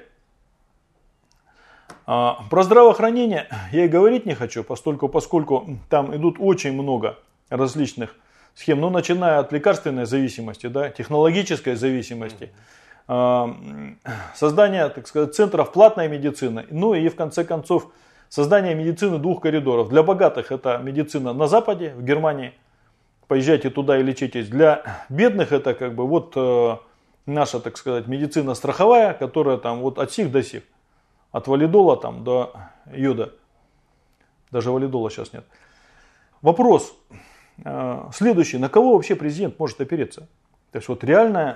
А, про здравоохранение я и говорить не хочу, поскольку, поскольку там идут очень много различных схем, ну, начиная от лекарственной зависимости, да, технологической зависимости, а, создания, так сказать, центров платной медицины, ну и в конце концов создание медицины двух коридоров. Для богатых это медицина на Западе, в Германии, поезжайте туда и лечитесь. Для бедных это как бы вот э, наша, так сказать, медицина страховая, которая там вот от сих до сих. От валидола там до йода. Даже валидола сейчас нет. Вопрос э, следующий. На кого вообще президент может опереться? То есть вот реальная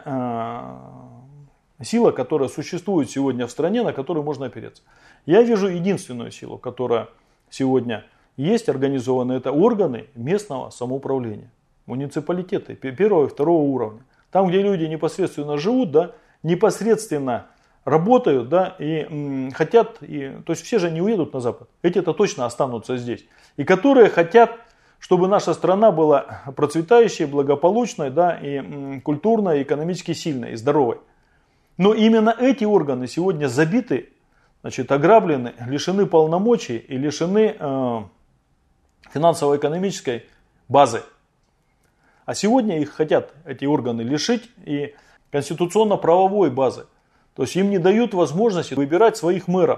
э, сила, которая существует сегодня в стране, на которую можно опереться. Я вижу единственную силу, которая сегодня есть организована. Это органы местного самоуправления. Муниципалитеты первого и второго уровня. Там, где люди непосредственно живут, да, непосредственно работают, да, и м, хотят, и, то есть все же не уедут на Запад, эти-то точно останутся здесь. И которые хотят, чтобы наша страна была процветающей, благополучной, да, и м, культурной, и экономически сильной, и здоровой. Но именно эти органы сегодня забиты, значит, ограблены, лишены полномочий и лишены э, финансово-экономической базы. А сегодня их хотят, эти органы, лишить и конституционно-правовой базы. То есть им не дают возможности выбирать своих мэров.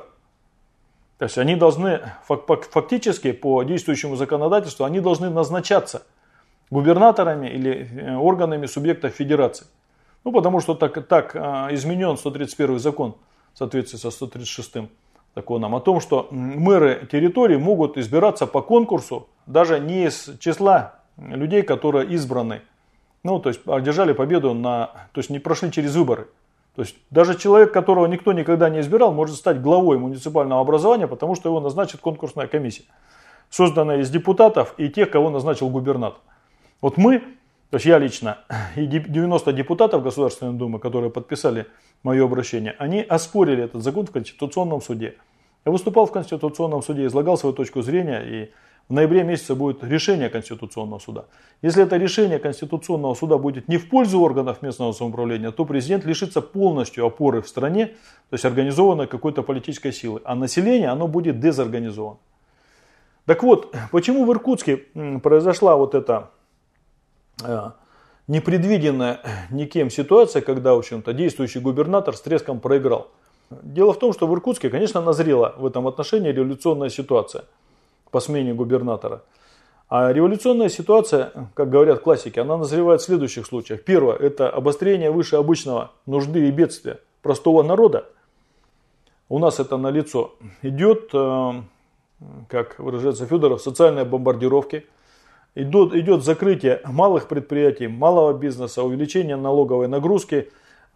То есть они должны, фактически по действующему законодательству, они должны назначаться губернаторами или органами субъектов федерации. Ну, потому что так, так изменен сто тридцать первый закон в соответствии со сто тридцать шестым законом о том, что мэры территорий могут избираться по конкурсу даже не из числа людей, которые избраны, ну, то есть одержали победу, на, то есть не прошли через выборы. То есть даже человек, которого никто никогда не избирал, может стать главой муниципального образования, потому что его назначит конкурсная комиссия, созданная из депутатов и тех, кого назначил губернатор. Вот мы, то есть я лично и девяносто депутатов Государственной Думы, которые подписали мое обращение, они оспорили этот закон в Конституционном суде. Я выступал в Конституционном суде, излагал свою точку зрения, и в ноябре месяце будет решение Конституционного суда. Если это решение Конституционного суда будет не в пользу органов местного самоуправления, то президент лишится полностью опоры в стране, то есть организованной какой-то политической силы. А население, оно будет дезорганизовано. Так вот, почему в Иркутске произошла вот эта э, непредвиденная никем ситуация, когда, в общем-то, действующий губернатор с треском проиграл? Дело в том, что в Иркутске, конечно, назрела в этом отношении революционная ситуация по смене губернатора. А революционная ситуация, как говорят классики, она назревает в следующих случаях. Первое, это обострение выше обычного нужды и бедствия простого народа. У нас это налицо. Идет, как выражается Федоров, социальные бомбардировки. Идет, идет закрытие малых предприятий, малого бизнеса, увеличение налоговой нагрузки,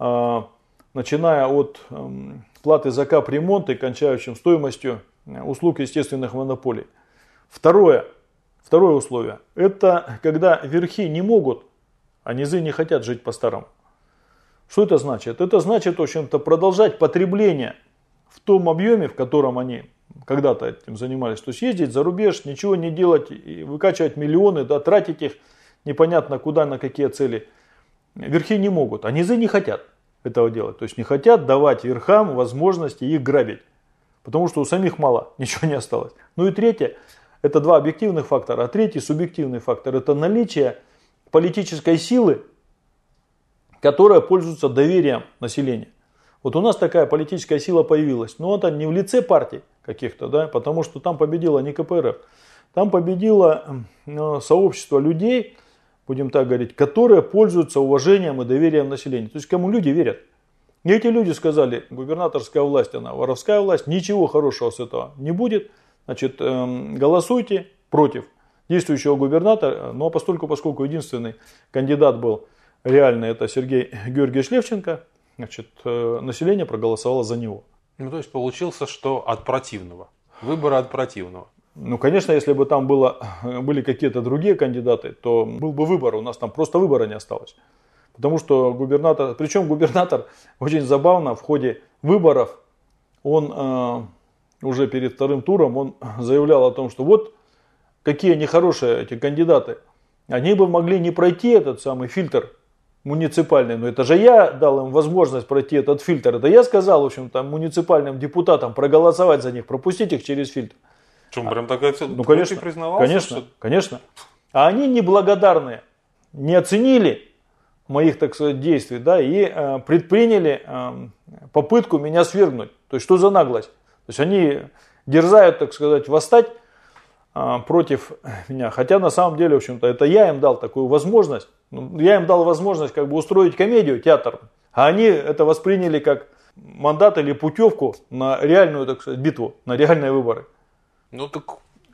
начиная от платы за капремонт и кончающим стоимостью услуг естественных монополий. Второе, второе условие, это когда верхи не могут, а низы не хотят жить по-старому. Что это значит? Это значит, в общем-то, продолжать потребление в том объеме, в котором они когда-то этим занимались. То есть ездить за рубеж, ничего не делать, и выкачивать миллионы, да, тратить их непонятно куда, на какие цели. Верхи не могут, а низы не хотят этого делать. То есть не хотят давать верхам возможности их грабить. Потому что у самих мало, ничего не осталось. Ну и третье, это два объективных фактора. А третий субъективный фактор, это наличие политической силы, которая пользуется доверием населения. Вот у нас такая политическая сила появилась. Но это не в лице партий каких-то, да, потому что там победила не ка пэ эр эф. Там победило сообщество людей, будем так говорить, которые пользуются уважением и доверием населения. То есть кому люди верят. И эти люди сказали, губернаторская власть, она воровская власть, ничего хорошего с этого не будет. Значит, голосуйте против действующего губернатора. Но постольку, поскольку единственный кандидат был реальный, это Сергей Георгиевич Левченко, значит, население проголосовало за него. Ну, то есть получился, что от противного. Выборы от противного. Ну, конечно, если бы там было, были какие-то другие кандидаты, то был бы выбор. У нас там просто выбора не осталось. Потому что губернатор, причем губернатор очень забавно в ходе выборов он э, уже перед вторым туром он заявлял о том, что вот какие нехорошие эти кандидаты. Они бы могли не пройти этот самый фильтр муниципальный, но это же я дал им возможность пройти этот фильтр. Это я сказал, в общем-то, муниципальным депутатам проголосовать за них, пропустить их через фильтр. Что, прям такая цель? Ну, конечно, конечно, что... конечно. А они неблагодарные, не оценили моих, так сказать, действий, да, и э, предприняли э, попытку меня свергнуть. То есть, что за наглость? То есть, они дерзают, так сказать, восстать э, против меня. Хотя, на самом деле, в общем-то, это я им дал такую возможность. Я им дал возможность как бы устроить комедию, театр. А они это восприняли как мандат или путевку на реальную, так сказать, битву, на реальные выборы. Ну так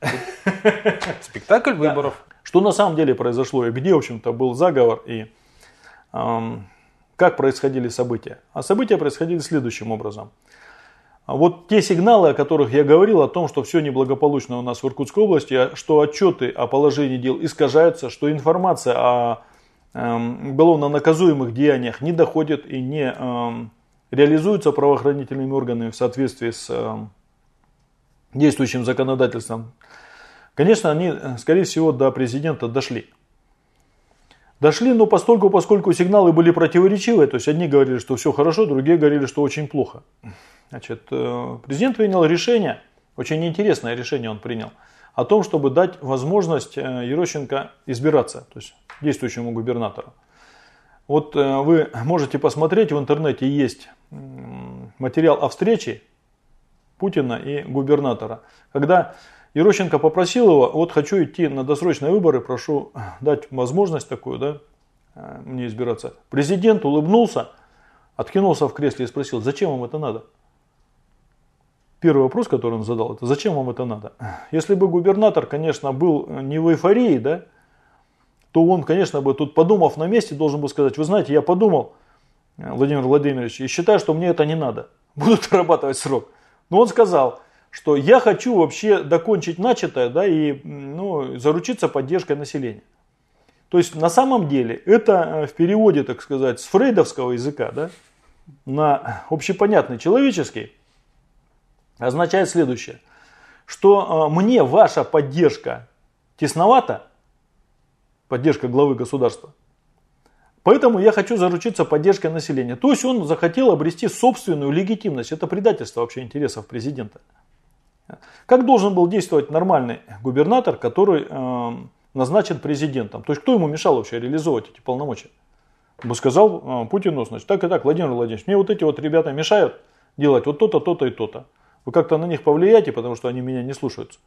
спектакль выборов. Что на самом деле произошло и где, в общем-то, был заговор и эм, как происходили события. А события происходили следующим образом. Вот те сигналы, о которых я говорил, о том, что все неблагополучно у нас в Иркутской области, что отчеты о положении дел искажаются, что информация о эм, уголовно наказуемых деяниях не доходит и не эм, реализуется правоохранительными органами в соответствии с эм, действующим законодательством. Конечно, они, скорее всего, до президента дошли. Дошли, но постольку, поскольку сигналы были противоречивые, то есть одни говорили, что все хорошо, другие говорили, что очень плохо. Значит, президент принял решение, очень интересное решение он принял, о том, чтобы дать возможность Ерощенко избираться, то есть действующему губернатору. Вот вы можете посмотреть, в интернете есть материал о встрече Путина и губернатора. Когда Ерощенко попросил его, вот хочу идти на досрочные выборы, прошу дать возможность такую, да, мне избираться. Президент улыбнулся, откинулся в кресле и спросил, зачем вам это надо? Первый вопрос, который он задал, это зачем вам это надо? Если бы губернатор, конечно, был не в эйфории, да, то он, конечно, бы тут, подумав на месте, должен был сказать, вы знаете, я подумал, Владимир Владимирович, и считаю, что мне это не надо. Будут отрабатывать срок. Но он сказал, что я хочу вообще докончить начатое, да, и ну, заручиться поддержкой населения. То есть на самом деле это в переводе, так сказать, с фрейдовского языка, да, на общепонятный человеческий означает следующее, что мне ваша поддержка тесновата, поддержка главы государства, поэтому я хочу заручиться поддержкой населения. То есть он захотел обрести собственную легитимность. Это предательство вообще интересов президента. Как должен был действовать нормальный губернатор, который э, назначен президентом? То есть кто ему мешал вообще реализовывать эти полномочия? Он бы сказал э, Путину, значит, так и так, Владимир Владимирович, мне вот эти вот ребята мешают делать вот то-то, то-то и то-то. Вы как-то на них повлияйте, потому что они меня не слушаются.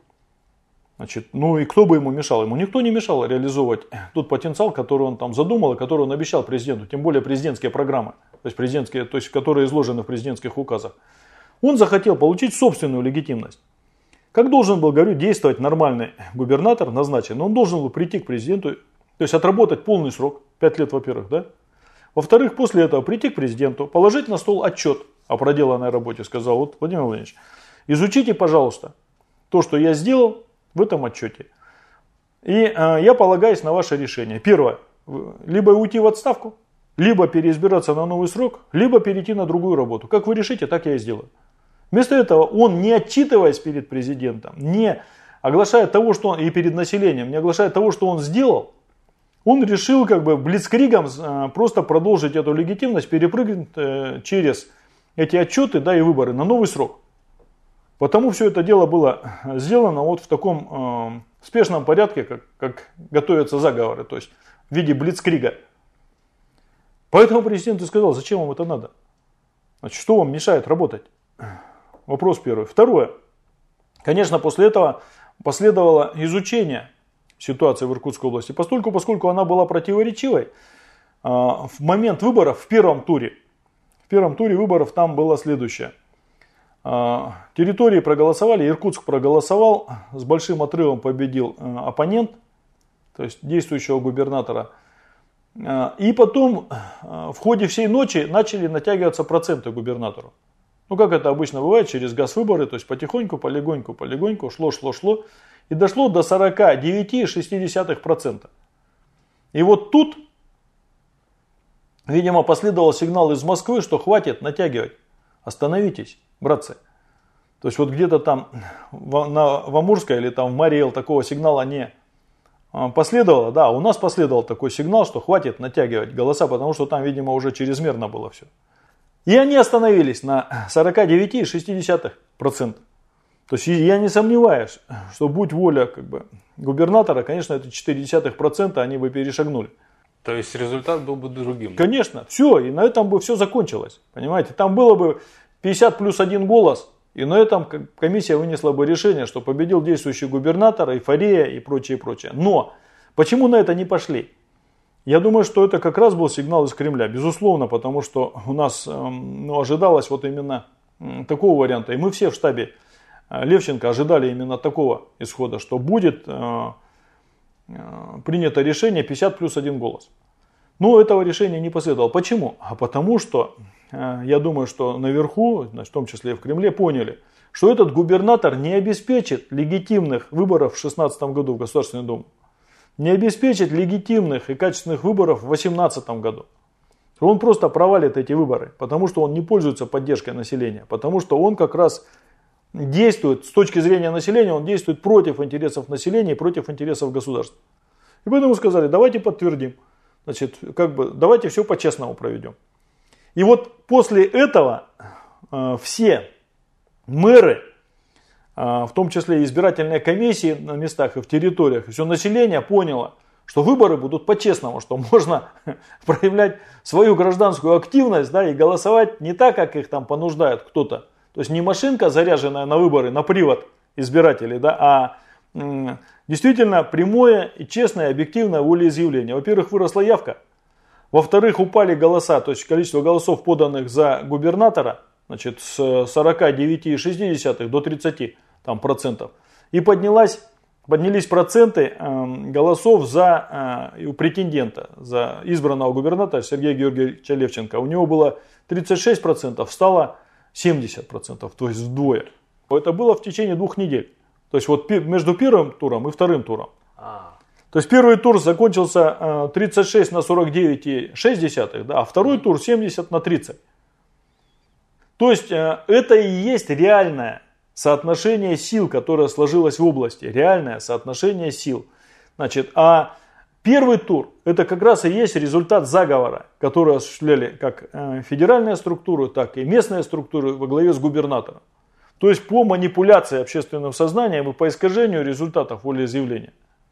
Значит, ну и кто бы ему мешал? Ему никто не мешал реализовывать тот потенциал, который он там задумал и который он обещал президенту. Тем более президентские программы, то есть, президентские, то есть которые изложены в президентских указах. Он захотел получить собственную легитимность. Как должен был, говорю, действовать нормальный губернатор назначен? Он должен был прийти к президенту, то есть отработать полный срок, пять лет, во-первых, да? Во-вторых, после этого прийти к президенту, положить на стол отчет о проделанной работе. Сказал, вот, Владимир Владимирович, изучите, пожалуйста, то, что я сделал в этом отчете. И э, я полагаюсь на ваше решение. Первое, либо уйти в отставку, либо переизбираться на новый срок, либо перейти на другую работу. Как вы решите, так я и сделаю. Вместо этого он, не отчитываясь перед президентом, не оглашая того, что он, и перед населением, не оглашая того, что он сделал, он решил как бы блицкригом э, просто продолжить эту легитимность, перепрыгнуть э, через эти отчеты, да, и выборы на новый срок. Потому все это дело было сделано вот в таком э, спешном порядке, как, как готовятся заговоры, то есть в виде блицкрига. Поэтому президент и сказал, зачем вам это надо? Значит, что вам мешает работать? Вопрос первый. Второе. Конечно, после этого последовало изучение ситуации в Иркутской области, поскольку, поскольку она была противоречивой. Э, в момент выборов в первом туре, в первом туре выборов там было следующее. Территории проголосовали, Иркутск проголосовал, с большим отрывом победил оппонент, то есть действующего губернатора. И потом в ходе всей ночи начали натягиваться проценты губернатору. Ну, как это обычно бывает, через газвыборы, то есть потихоньку, полегоньку, полегоньку, шло, шло, шло. И дошло до сорок девять целых шесть десятых процента. И вот тут, видимо, последовал сигнал из Москвы, что хватит натягивать. Остановитесь. братцы. То есть вот где-то там в, на, в Амурской или там в Мариэл такого сигнала не последовало. Да, у нас последовал такой сигнал, что хватит натягивать голоса, потому что там, видимо, уже чрезмерно было все. И они остановились на сорок девять целых шесть десятых процента. То есть я не сомневаюсь, что будь воля как бы, губернатора, конечно, это четыре десятых процента они бы перешагнули. То есть результат был бы другим. Конечно, все, и на этом бы все закончилось. Понимаете, там было бы пятьдесят плюс один голос, и на этом комиссия вынесла бы решение, что победил действующий губернатор, эйфория и прочее, прочее. Но почему на это не пошли? Я думаю, что это как раз был сигнал из Кремля, безусловно, потому что у нас ну, ожидалось вот именно такого варианта. И мы все в штабе Левченко ожидали именно такого исхода, что будет э, э, принято решение пятьдесят плюс один голос. Но этого решения не последовало. Почему? А потому что, э, я думаю, что наверху, значит, в том числе и в Кремле, поняли, что этот губернатор не обеспечит легитимных выборов в две тысячи шестнадцатом году в Государственную Думу. Не обеспечит легитимных и качественных выборов в две тысячи восемнадцатом году. Он просто провалит эти выборы, потому что он не пользуется поддержкой населения, потому что он как раз действует, с точки зрения населения, он действует против интересов населения и против интересов государства. И поэтому сказали, давайте подтвердим, значит, как бы, давайте все по-честному проведем. И вот после этого э, все мэры, э, в том числе и избирательные комиссии на местах и в территориях, и все население поняло, что выборы будут по-честному, что можно проявлять свою гражданскую активность, да, и голосовать не так, как их там понуждает кто-то. То есть не машинка, заряженная на выборы, на привод избирателей, да, а м, действительно прямое и честное, объективное волеизъявление. Во-первых, выросла явка. Во-вторых, упали голоса, то есть количество голосов, поданных за губернатора, значит, с сорока девяти целых шести десятых до тридцати там, процентов. И поднялась, поднялись проценты э, голосов за э, претендента, за избранного губернатора Сергея Георгиевича Левченко. У него было тридцать шесть процентов, стало семьдесят процентов, то есть вдвое. Это было в течение двух недель. То есть вот между первым туром и вторым туром. А. То есть первый тур закончился тридцать шесть на сорок девять целых шесть десятых, да, а второй тур семьдесят на тридцать. То есть это и есть реальное соотношение сил, которое сложилось в области. Реальное соотношение сил. Значит, а первый тур это как раз и есть результат заговора, который осуществляли как федеральные структуры, так и местные структуры во главе с губернатором. То есть по манипуляции общественным сознанием и по искажению результатов волеизъявления.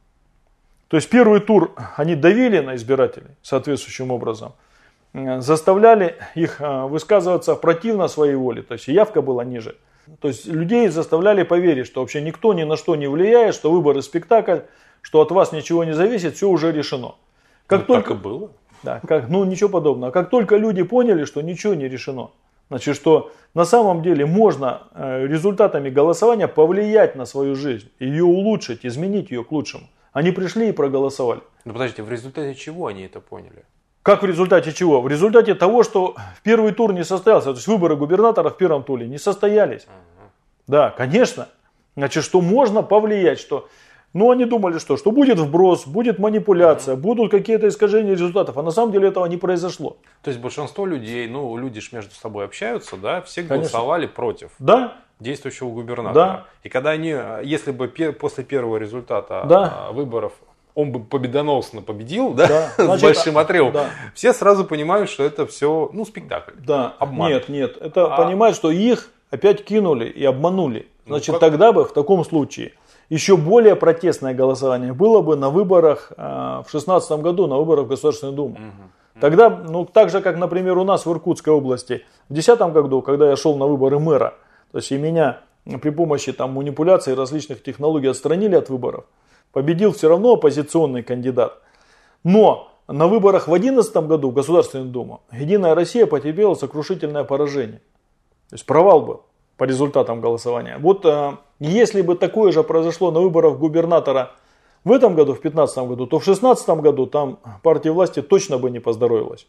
То есть первый тур они давили на избирателей соответствующим образом, заставляли их высказываться противно своей воле, то есть явка была ниже. То есть людей заставляли поверить, что вообще никто ни на что не влияет, что выборы спектакль, что от вас ничего не зависит, все уже решено. Как ну, только так и было. Да, как, ну ничего подобного. Как только люди поняли, что ничего не решено, значит, что на самом деле можно э, результатами голосования повлиять на свою жизнь, ее улучшить, изменить ее к лучшему. Они пришли и проголосовали. Ну подождите, в результате чего они это поняли? Как в результате чего? В результате того, что в первый тур не состоялся, то есть выборы губернатора в первом туре не состоялись. Ага. Да, конечно. Значит, что можно повлиять, что... Ну, они думали, что, что будет вброс, будет манипуляция, mm-hmm. будут какие-то искажения результатов, а на самом деле этого не произошло. То есть большинство людей, ну, люди же между собой общаются, да, все голосовали Конечно. против да. действующего губернатора. Да. И когда они, если бы пер, после первого результата да. выборов он бы победоносно победил, да, да. с Значит, большим отрывом, да. все сразу понимают, что это все, ну, спектакль. Да. Обман. Нет, нет, это а... понимают, что их опять кинули и обманули. Значит, ну, как... тогда бы в таком случае... Еще более протестное голосование было бы на выборах э, в две тысячи шестнадцатом году, на выборах в Государственную Думу. Угу. Тогда, ну так же, как, например, у нас в Иркутской области в две тысячи десятом году, когда я шел на выборы мэра, то есть и меня при помощи там, манипуляций и различных технологий отстранили от выборов, победил все равно оппозиционный кандидат. Но на выборах в две тысячи одиннадцатом году в Государственную Думу Единая Россия потерпела сокрушительное поражение. То есть провал был по результатам голосования. Вот э, если бы такое же произошло на выборах губернатора в этом году, в две тысячи пятнадцатом году, то в две тысячи шестнадцатом году там партии власти точно бы не поздоровилась.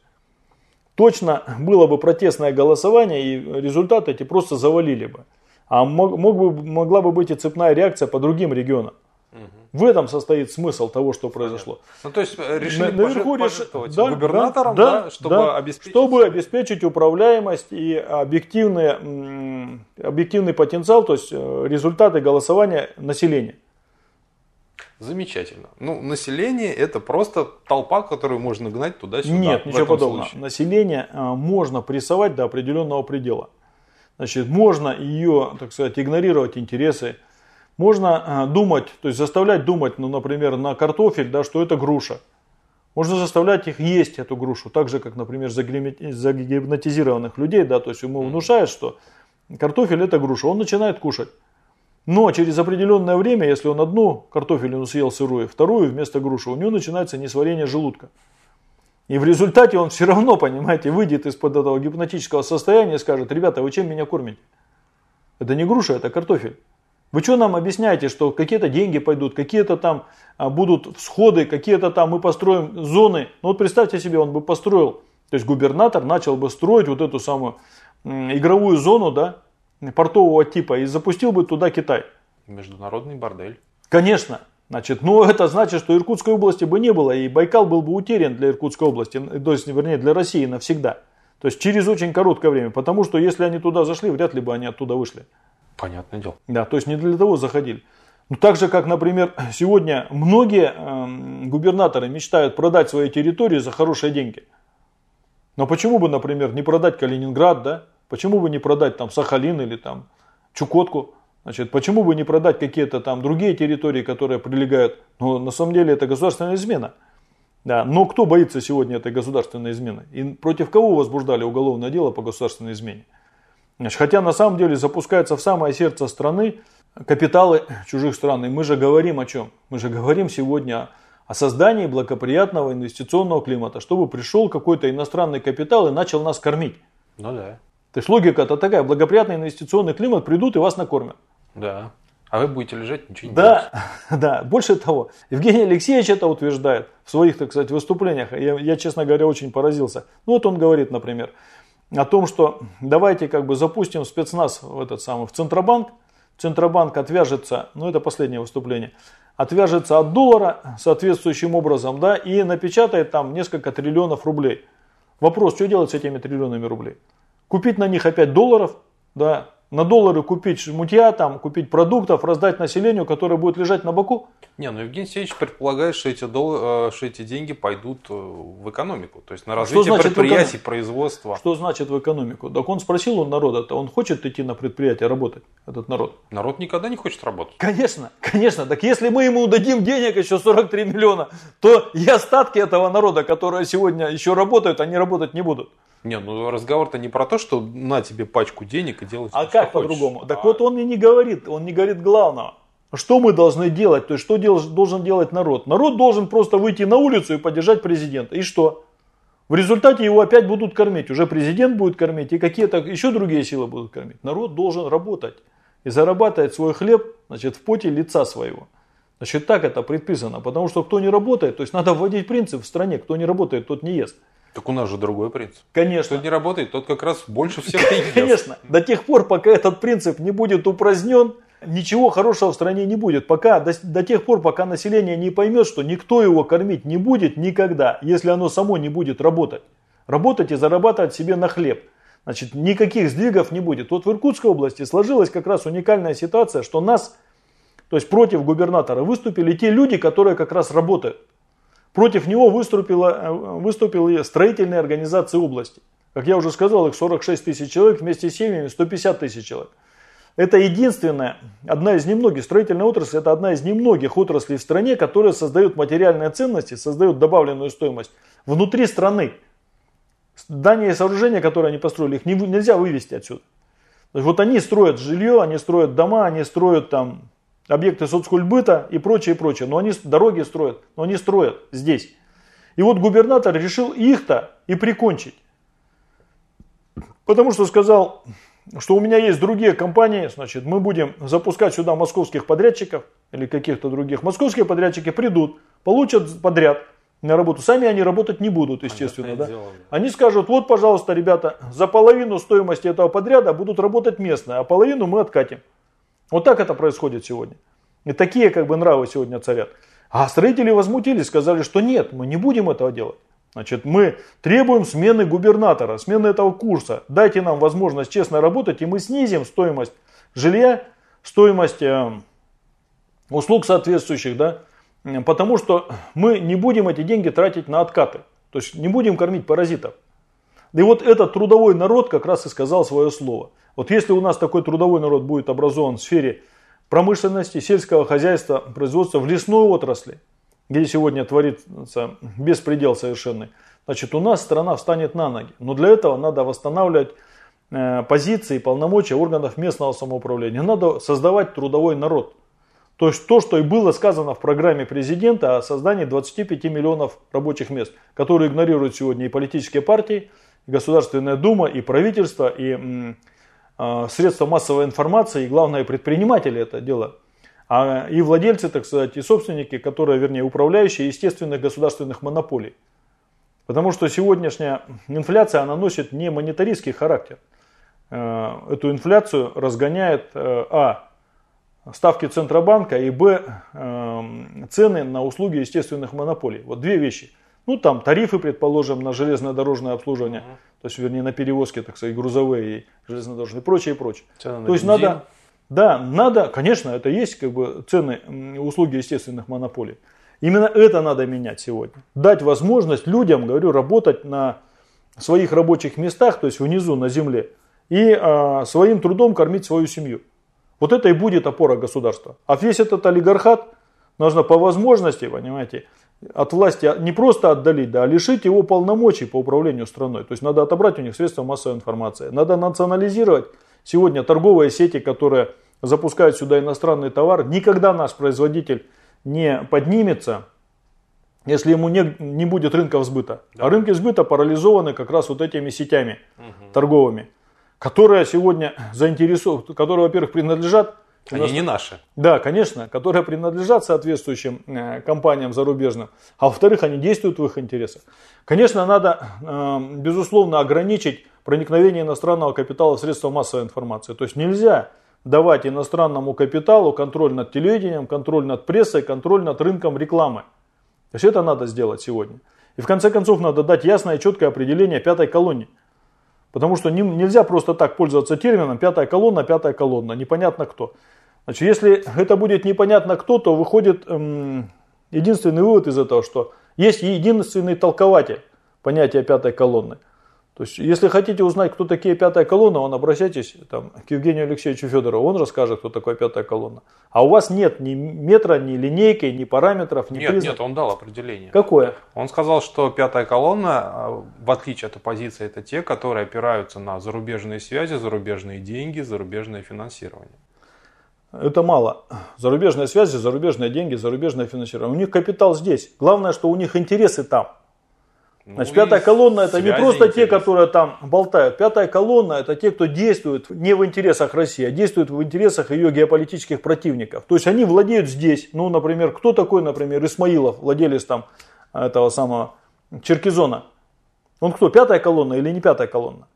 Точно было бы протестное голосование, и результаты эти просто завалили бы. А мог, мог бы, могла бы быть и цепная реакция по другим регионам. Угу. В этом состоит смысл того, что произошло. Ну, то есть решили На, наверху пожертвовать да, губернатором, да, да, чтобы, да, обеспечить... чтобы обеспечить управляемость и объективный, объективный потенциал, то есть результаты голосования населения. Замечательно. Ну, население это просто толпа, которую можно гнать туда-сюда. Нет, ничего подобного. Случае. Население можно прессовать до определенного предела. Значит, можно ее, так сказать, игнорировать интересы. Можно думать, то есть заставлять думать, ну, например, на картофель, да, что это груша. Можно заставлять их есть эту грушу, так же, как, например, загипнотизированных людей, да, то есть ему внушают, что картофель это груша, он начинает кушать. Но через определенное время, если он одну картофелину съел сырую, вторую вместо груши, у него начинается несварение желудка. И в результате он все равно, понимаете, выйдет из-под этого гипнотического состояния и скажет: ребята, вы чем меня кормите? Это не груша, это картофель. Вы что нам объясняете, что какие-то деньги пойдут, какие-то там будут всходы, какие-то там мы построим зоны. Ну вот представьте себе, он бы построил, то есть губернатор начал бы строить вот эту самую игровую зону, да, портового типа, и запустил бы туда Китай. Международный бордель. Конечно. Значит, ну это значит, что Иркутской области бы не было, и Байкал был бы утерян для Иркутской области, то есть, вернее, для России навсегда. То есть через очень короткое время, потому что если они туда зашли, вряд ли бы они оттуда вышли. Понятное дело. Да, то есть не для того заходили. Ну так же, как, например, сегодня многие э, губернаторы мечтают продать свои территории за хорошие деньги. Но почему бы, например, не продать Калининград, да? Почему бы не продать там Сахалин или там Чукотку? Значит, почему бы не продать какие-то там другие территории, которые прилегают? Ну, на самом деле это государственная измена. Да, но кто боится сегодня этой государственной измены? И против кого возбуждали уголовное дело по государственной измене? Значит, хотя на самом деле запускаются в самое сердце страны капиталы чужих стран. И мы же говорим о чем? Мы же говорим сегодня о создании благоприятного инвестиционного климата, чтобы пришел какой-то иностранный капитал и начал нас кормить. Ну да. То есть логика-то такая: благоприятный инвестиционный климат, придут и вас накормят. Да. А вы будете лежать, ничего не да, да, больше того, Евгений Алексеевич это утверждает в своих, так сказать, выступлениях. Я, я, честно говоря, очень поразился. Ну вот он говорит, например, о том, что давайте как бы запустим спецназ в этот самый в Центробанк. Центробанк отвяжется, ну это последнее выступление, отвяжется от доллара соответствующим образом, да, и напечатает там несколько триллионов рублей. Вопрос, что делать с этими триллионами рублей? Купить на них опять долларов, да, на доллары купить мутья, там, купить продуктов, раздать населению, которое будет лежать на боку? Не, ну Евгений Алексеевич предполагает, что эти, дол... что эти деньги пойдут в экономику, то есть на развитие предприятий, производства. Что значит в экономику? Так он спросил у народа-то, он хочет идти на предприятие работать, этот народ? Народ никогда не хочет работать. Конечно, конечно. Так если мы ему дадим денег еще сорок три миллиона, то и остатки этого народа, которые сегодня еще работают, они работать не будут. Не, ну разговор-то не про то, что на тебе пачку денег и делать а что как по-другому? Так а... вот он и не говорит, он не говорит главного. Что мы должны делать, то есть что дел, должен делать народ? Народ должен просто выйти на улицу и поддержать президента. И что? В результате его опять будут кормить. Уже президент будет кормить и какие-то еще другие силы будут кормить. Народ должен работать и зарабатывать свой хлеб, значит, в поте лица своего. Значит, так это предписано. Потому что кто не работает, то есть надо вводить принцип в стране, кто не работает, тот не ест. Так у нас же другой принцип. Конечно. Кто не работает, тот как раз больше всех и ест. Конечно. До тех пор, пока этот принцип не будет упразднен, ничего хорошего в стране не будет. Пока, до, до тех пор, пока население не поймет, что никто его кормить не будет никогда, если оно само не будет работать. Работать и зарабатывать себе на хлеб. Значит, никаких сдвигов не будет. Вот в Иркутской области сложилась как раз уникальная ситуация, что нас, то есть против губернатора, выступили те люди, которые как раз работают. Против него выступила, выступили строительные организации области. Как я уже сказал, их сорок шесть тысяч человек, вместе с семьями сто пятьдесят тысяч человек. Это единственная, одна из немногих, строительная отрасль, это одна из немногих отраслей в стране, которая создает материальные ценности, создает добавленную стоимость внутри страны. Здания и сооружения, которые они построили, их не, нельзя вывести отсюда. Вот они строят жилье, они строят дома, они строят там объекты соцкультбыта и прочее, прочее. Но они дороги строят, но они строят здесь. И вот губернатор решил их-то и прикончить. Потому что сказал, что у меня есть другие компании, значит, мы будем запускать сюда московских подрядчиков или каких-то других. Московские подрядчики придут, получат подряд на работу. Сами они работать не будут, естественно. Да? Они скажут, вот, пожалуйста, ребята, за половину стоимости этого подряда будут работать местные, а половину мы откатим. Вот так это происходит сегодня. И такие как бы нравы сегодня царят. А строители возмутились, сказали, что нет, мы не будем этого делать. Значит, мы требуем смены губернатора, смены этого курса. Дайте нам возможность честно работать, и мы снизим стоимость жилья, стоимость э, услуг соответствующих, да, потому что мы не будем эти деньги тратить на откаты. То есть не будем кормить паразитов. И вот этот трудовой народ как раз и сказал свое слово. Вот если у нас такой трудовой народ будет образован в сфере промышленности, сельского хозяйства, производства, в лесной отрасли, где сегодня творится беспредел совершенный, значит, у нас страна встанет на ноги. Но для этого надо восстанавливать э, позиции, полномочия органов местного самоуправления. Надо создавать трудовой народ. То есть то, что и было сказано в программе президента о создании двадцати пяти миллионов рабочих мест, которые игнорируют сегодня и политические партии, и Государственная Дума, и правительство, и м, э, средства массовой информации, и главное предприниматели это дело. А и владельцы, так сказать, и собственники, которые, вернее, управляющие естественных государственных монополий. Потому что сегодняшняя инфляция, она носит не монетаристский характер. Э, эту инфляцию разгоняет э, а. ставки Центробанка и б. цены на услуги естественных монополий. Вот две вещи. Ну там тарифы, предположим, на железнодорожное обслуживание, uh-huh. то есть вернее на перевозки, так сказать, грузовые и железнодорожные, и прочее, и прочее. Цены то есть бензин. надо, да, надо, конечно, это есть как бы цены услуги естественных монополий. Именно это надо менять сегодня. Дать возможность людям, говорю, работать на своих рабочих местах, то есть внизу на земле, и а, своим трудом кормить свою семью. Вот это и будет опора государства. А весь этот олигархат нужно по возможности, понимаете, от власти не просто отдалить, да, а лишить его полномочий по управлению страной. То есть надо отобрать у них средства массовой информации. Надо национализировать сегодня торговые сети, которые запускают сюда иностранный товар. Никогда наш производитель не поднимется, если ему не, не будет рынков сбыта. Да. А рынки сбыта парализованы как раз вот этими сетями угу. торговыми, которые сегодня заинтересованы, которые, во-первых, принадлежат... Они нас, не наши. Да, конечно, которые принадлежат соответствующим э, компаниям зарубежным, а во-вторых, они действуют в их интересах. Конечно, надо, э, безусловно, ограничить проникновение иностранного капитала в средства массовой информации. То есть нельзя давать иностранному капиталу контроль над телевидением, контроль над прессой, контроль над рынком рекламы. То есть это надо сделать сегодня. И в конце концов надо дать ясное и четкое определение пятой колонне. Потому что не, нельзя просто так пользоваться термином пятая колонна, пятая колонна, непонятно кто. Значит, если это будет непонятно кто, то выходит эм, единственный вывод из этого, что есть единственный толкователь понятия пятой колонны. То есть, если хотите узнать, кто такие пятая колонна, он обращайтесь там, к Евгению Алексеевичу Федорову, он расскажет, кто такой пятая колонна. А у вас нет ни метра, ни линейки, ни параметров, ни Нет, признаков. нет, он дал определение. Какое? Он сказал, что пятая колонна, в отличие от оппозиции, это те, которые опираются на зарубежные связи, зарубежные деньги, зарубежное финансирование. Это мало. Зарубежные связи, зарубежные деньги, зарубежное финансирование. У них капитал здесь. Главное, что у них интересы там. Ну, значит, пятая колонна это не просто интересы. Те, которые там болтают. Пятая колонна это те, кто действует не в интересах России, а действует в интересах ее геополитических противников. То есть они владеют здесь. Ну, например, кто такой, например, Исмаилов, владелец там этого самого Черкизона? Он кто, пятая колонна или не пятая колонна?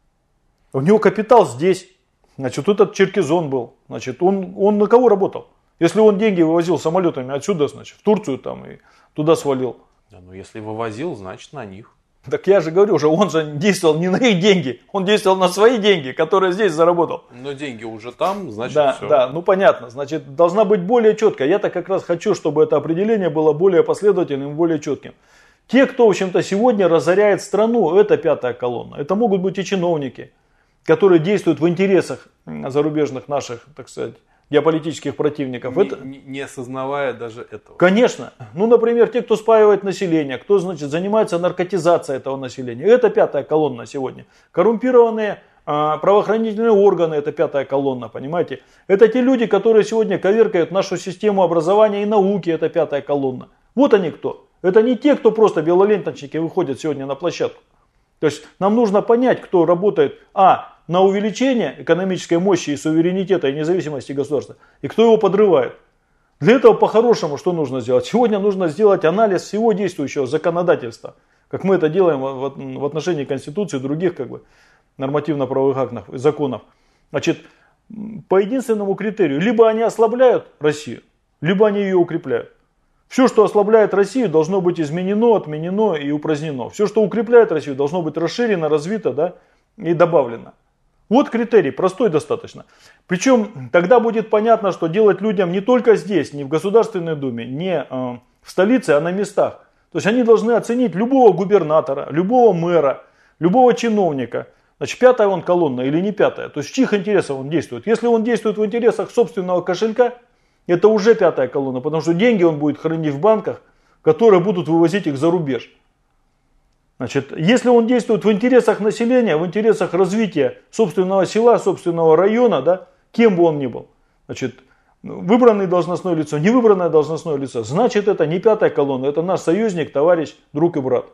У него капитал здесь. Значит, этот Черкизон был. Значит, он, он на кого работал? Если он деньги вывозил самолетами отсюда, значит, в Турцию там и туда свалил. Да, ну если вывозил, значит на них. Так я же говорю, уже он же действовал не на их деньги, он действовал на свои деньги, которые здесь заработал. Но деньги уже там, значит да, все. Да, ну понятно, значит, должна быть более четкая. Я-то как раз хочу, чтобы это определение было более последовательным, более четким. Те, кто, в общем-то, сегодня разоряет страну, это пятая колонна. Это могут быть и чиновники, которые действуют в интересах зарубежных наших, так сказать, геополитических противников. Не, это... не, не осознавая даже этого. Конечно. Ну, например, те, кто спаивает население, кто, значит, занимается наркотизацией этого населения. Это пятая колонна сегодня. Коррумпированные а, правоохранительные органы, это пятая колонна, понимаете. Это те люди, которые сегодня коверкают нашу систему образования и науки, это пятая колонна. Вот они кто. Это не те, кто просто белоленточники выходят сегодня на площадку. То есть нам нужно понять, кто работает, а, на увеличение экономической мощи и суверенитета и независимости государства, и кто его подрывает. Для этого по-хорошему что нужно сделать? Сегодня нужно сделать анализ всего действующего законодательства, как мы это делаем в отношении Конституции и других как бы, нормативно-правовых актов и законов. Значит, по единственному критерию, либо они ослабляют Россию, либо они ее укрепляют. Все, что ослабляет Россию, должно быть изменено, отменено и упразднено. Все, что укрепляет Россию, должно быть расширено, развито, да, и добавлено. Вот критерий, простой достаточно. Причем тогда будет понятно, что делать людям не только здесь, не в Государственной Думе, не э, в столице, а на местах. То есть они должны оценить любого губернатора, любого мэра, любого чиновника. Значит, пятая он колонна или не пятая. То есть в чьих интересах он действует. Если он действует в интересах собственного кошелька, это уже пятая колонна, потому что деньги он будет хранить в банках, которые будут вывозить их за рубеж. Значит, если он действует в интересах населения, в интересах развития собственного села, собственного района, да, кем бы он ни был, значит, выбранное должностное лицо, невыбранное должностное лицо, значит, это не пятая колонна, это наш союзник, товарищ, друг и брат.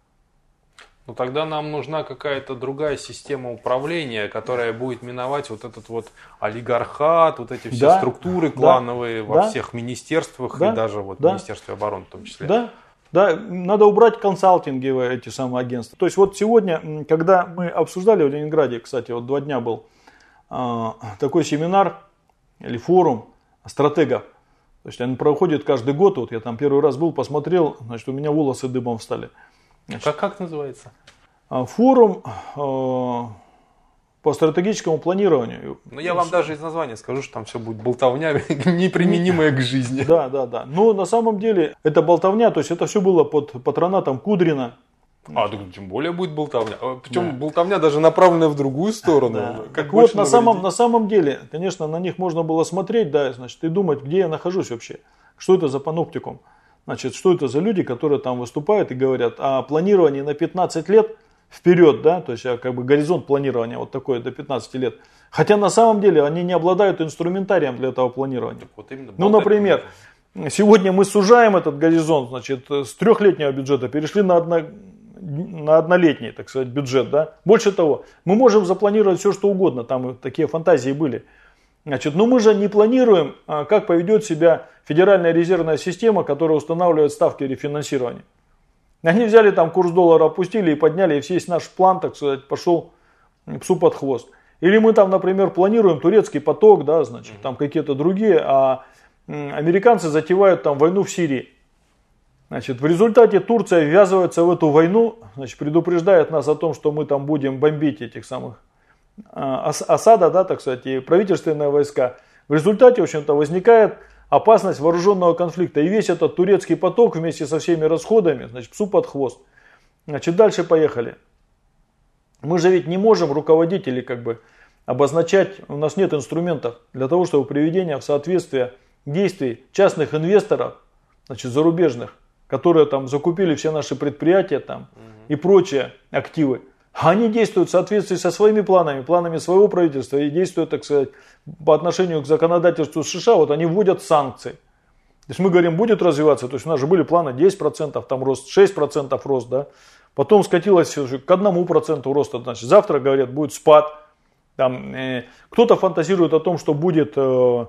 Ну тогда нам нужна какая-то другая система управления, которая будет миновать вот этот вот олигархат, вот эти все да, структуры клановые да, во да, всех министерствах да, и даже вот да, Министерстве обороны в том числе. Да, да, надо убрать консалтинговые эти самые агентства. То есть вот сегодня, когда мы обсуждали в Ленинграде, кстати, вот два дня был э, такой семинар или форум стратегов. То есть он проходит каждый год, вот я там первый раз был, посмотрел, значит, у меня волосы дыбом встали. Значит, как, как называется? Форум э, по стратегическому планированию. Ну, я вам даже из названия скажу, что там все будет болтовня, неприменимая к жизни. Да, да, да. Но на самом деле это болтовня, то есть это все было под патронатом Кудрина. А, так тем более будет болтовня. Причем да. болтовня даже направленная в другую сторону. Да. Как вот на самом, на самом деле, конечно, на них можно было смотреть, да, значит, и думать, где я нахожусь вообще. Что это за паноптикум? Значит, что это за люди, которые там выступают и говорят о планировании на пятнадцать лет вперед, да, то есть как бы горизонт планирования вот такой до пятнадцати лет. Хотя на самом деле они не обладают инструментарием для этого планирования. Вот ну, например, сегодня мы сужаем этот горизонт, значит, с трехлетнего бюджета перешли на, одно, на однолетний, так сказать, бюджет, да. Больше того, мы можем запланировать все, что угодно, там такие фантазии были. Значит, но мы же не планируем, как поведет себя Федеральная резервная система, которая устанавливает ставки рефинансирования. Они взяли там курс доллара, опустили и подняли, и весь наш план, так сказать, пошел псу под хвост. Или мы там, например, планируем турецкий поток, да, значит, там какие-то другие, а американцы затевают там войну в Сирии. Значит, в результате Турция ввязывается в эту войну, значит, предупреждает нас о том, что мы там будем бомбить этих самых Асада, да, так сказать, и правительственные войска. В результате, в общем-то, возникает опасность вооруженного конфликта. И весь этот турецкий поток вместе со всеми расходами, значит, псу под хвост. Значит, дальше поехали. Мы же ведь не можем, руководители, как бы, обозначать, у нас нет инструментов для того, чтобы приведение в соответствие действий частных инвесторов, значит, зарубежных, которые там закупили все наши предприятия там, угу. и прочие активы. Они действуют в соответствии со своими планами, планами своего правительства и действуют, так сказать, по отношению к законодательству США. Вот они вводят санкции. То есть мы говорим, будет развиваться, то есть у нас же были планы десять процентов там рост, шесть процентов рост, да. Потом скатилось к одному проценту роста, значит, завтра, говорят, будет спад. Там, э, кто-то фантазирует о том, что будет, э,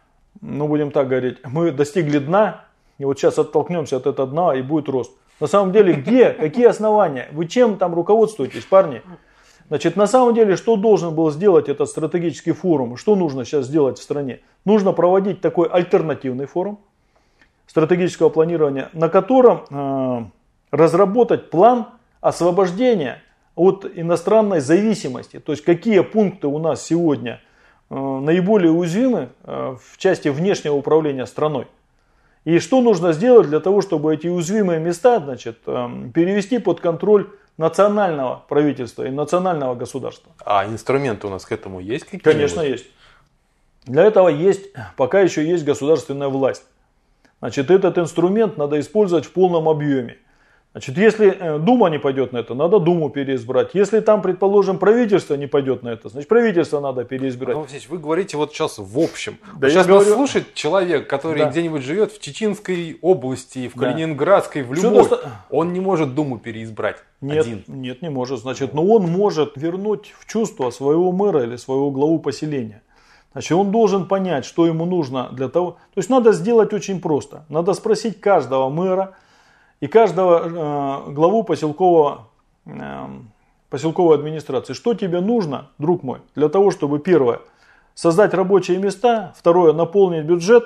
ну будем так говорить, мы достигли дна, и вот сейчас оттолкнемся от этого дна и будет рост. На самом деле, где, какие основания? Вы чем там руководствуетесь, парни? Значит, на самом деле, что должен был сделать этот стратегический форум? Что нужно сейчас сделать в стране? Нужно проводить такой альтернативный форум стратегического планирования, на котором э, разработать план освобождения от иностранной зависимости. То есть, какие пункты у нас сегодня э, наиболее уязвимы э, в части внешнего управления страной. И что нужно сделать для того, чтобы эти уязвимые места, значит, перевести под контроль национального правительства и национального государства. А инструменты у нас к этому есть какие-то? Конечно, есть. Для этого есть, пока еще есть государственная власть. Значит, этот инструмент надо использовать в полном объеме. Значит, если Дума не пойдет на это, надо Думу переизбрать. Если там, предположим, правительство не пойдет на это, значит, правительство надо переизбирать. Ну, вы говорите вот сейчас в общем. Да, сейчас говорю... нас слушает человек, который да. где-нибудь живет в Чеченской области, в да. Калининградской, в любой. Доста... Он не может Думу переизбрать нет, один. Нет, не может. Значит, но он может вернуть в чувство своего мэра или своего главу поселения. Значит, он должен понять, что ему нужно для того. То есть надо сделать очень просто. Надо спросить каждого мэра и каждого э, главу поселкового, э, поселковой администрации, что тебе нужно, друг мой, для того, чтобы, первое, создать рабочие места, второе, наполнить бюджет,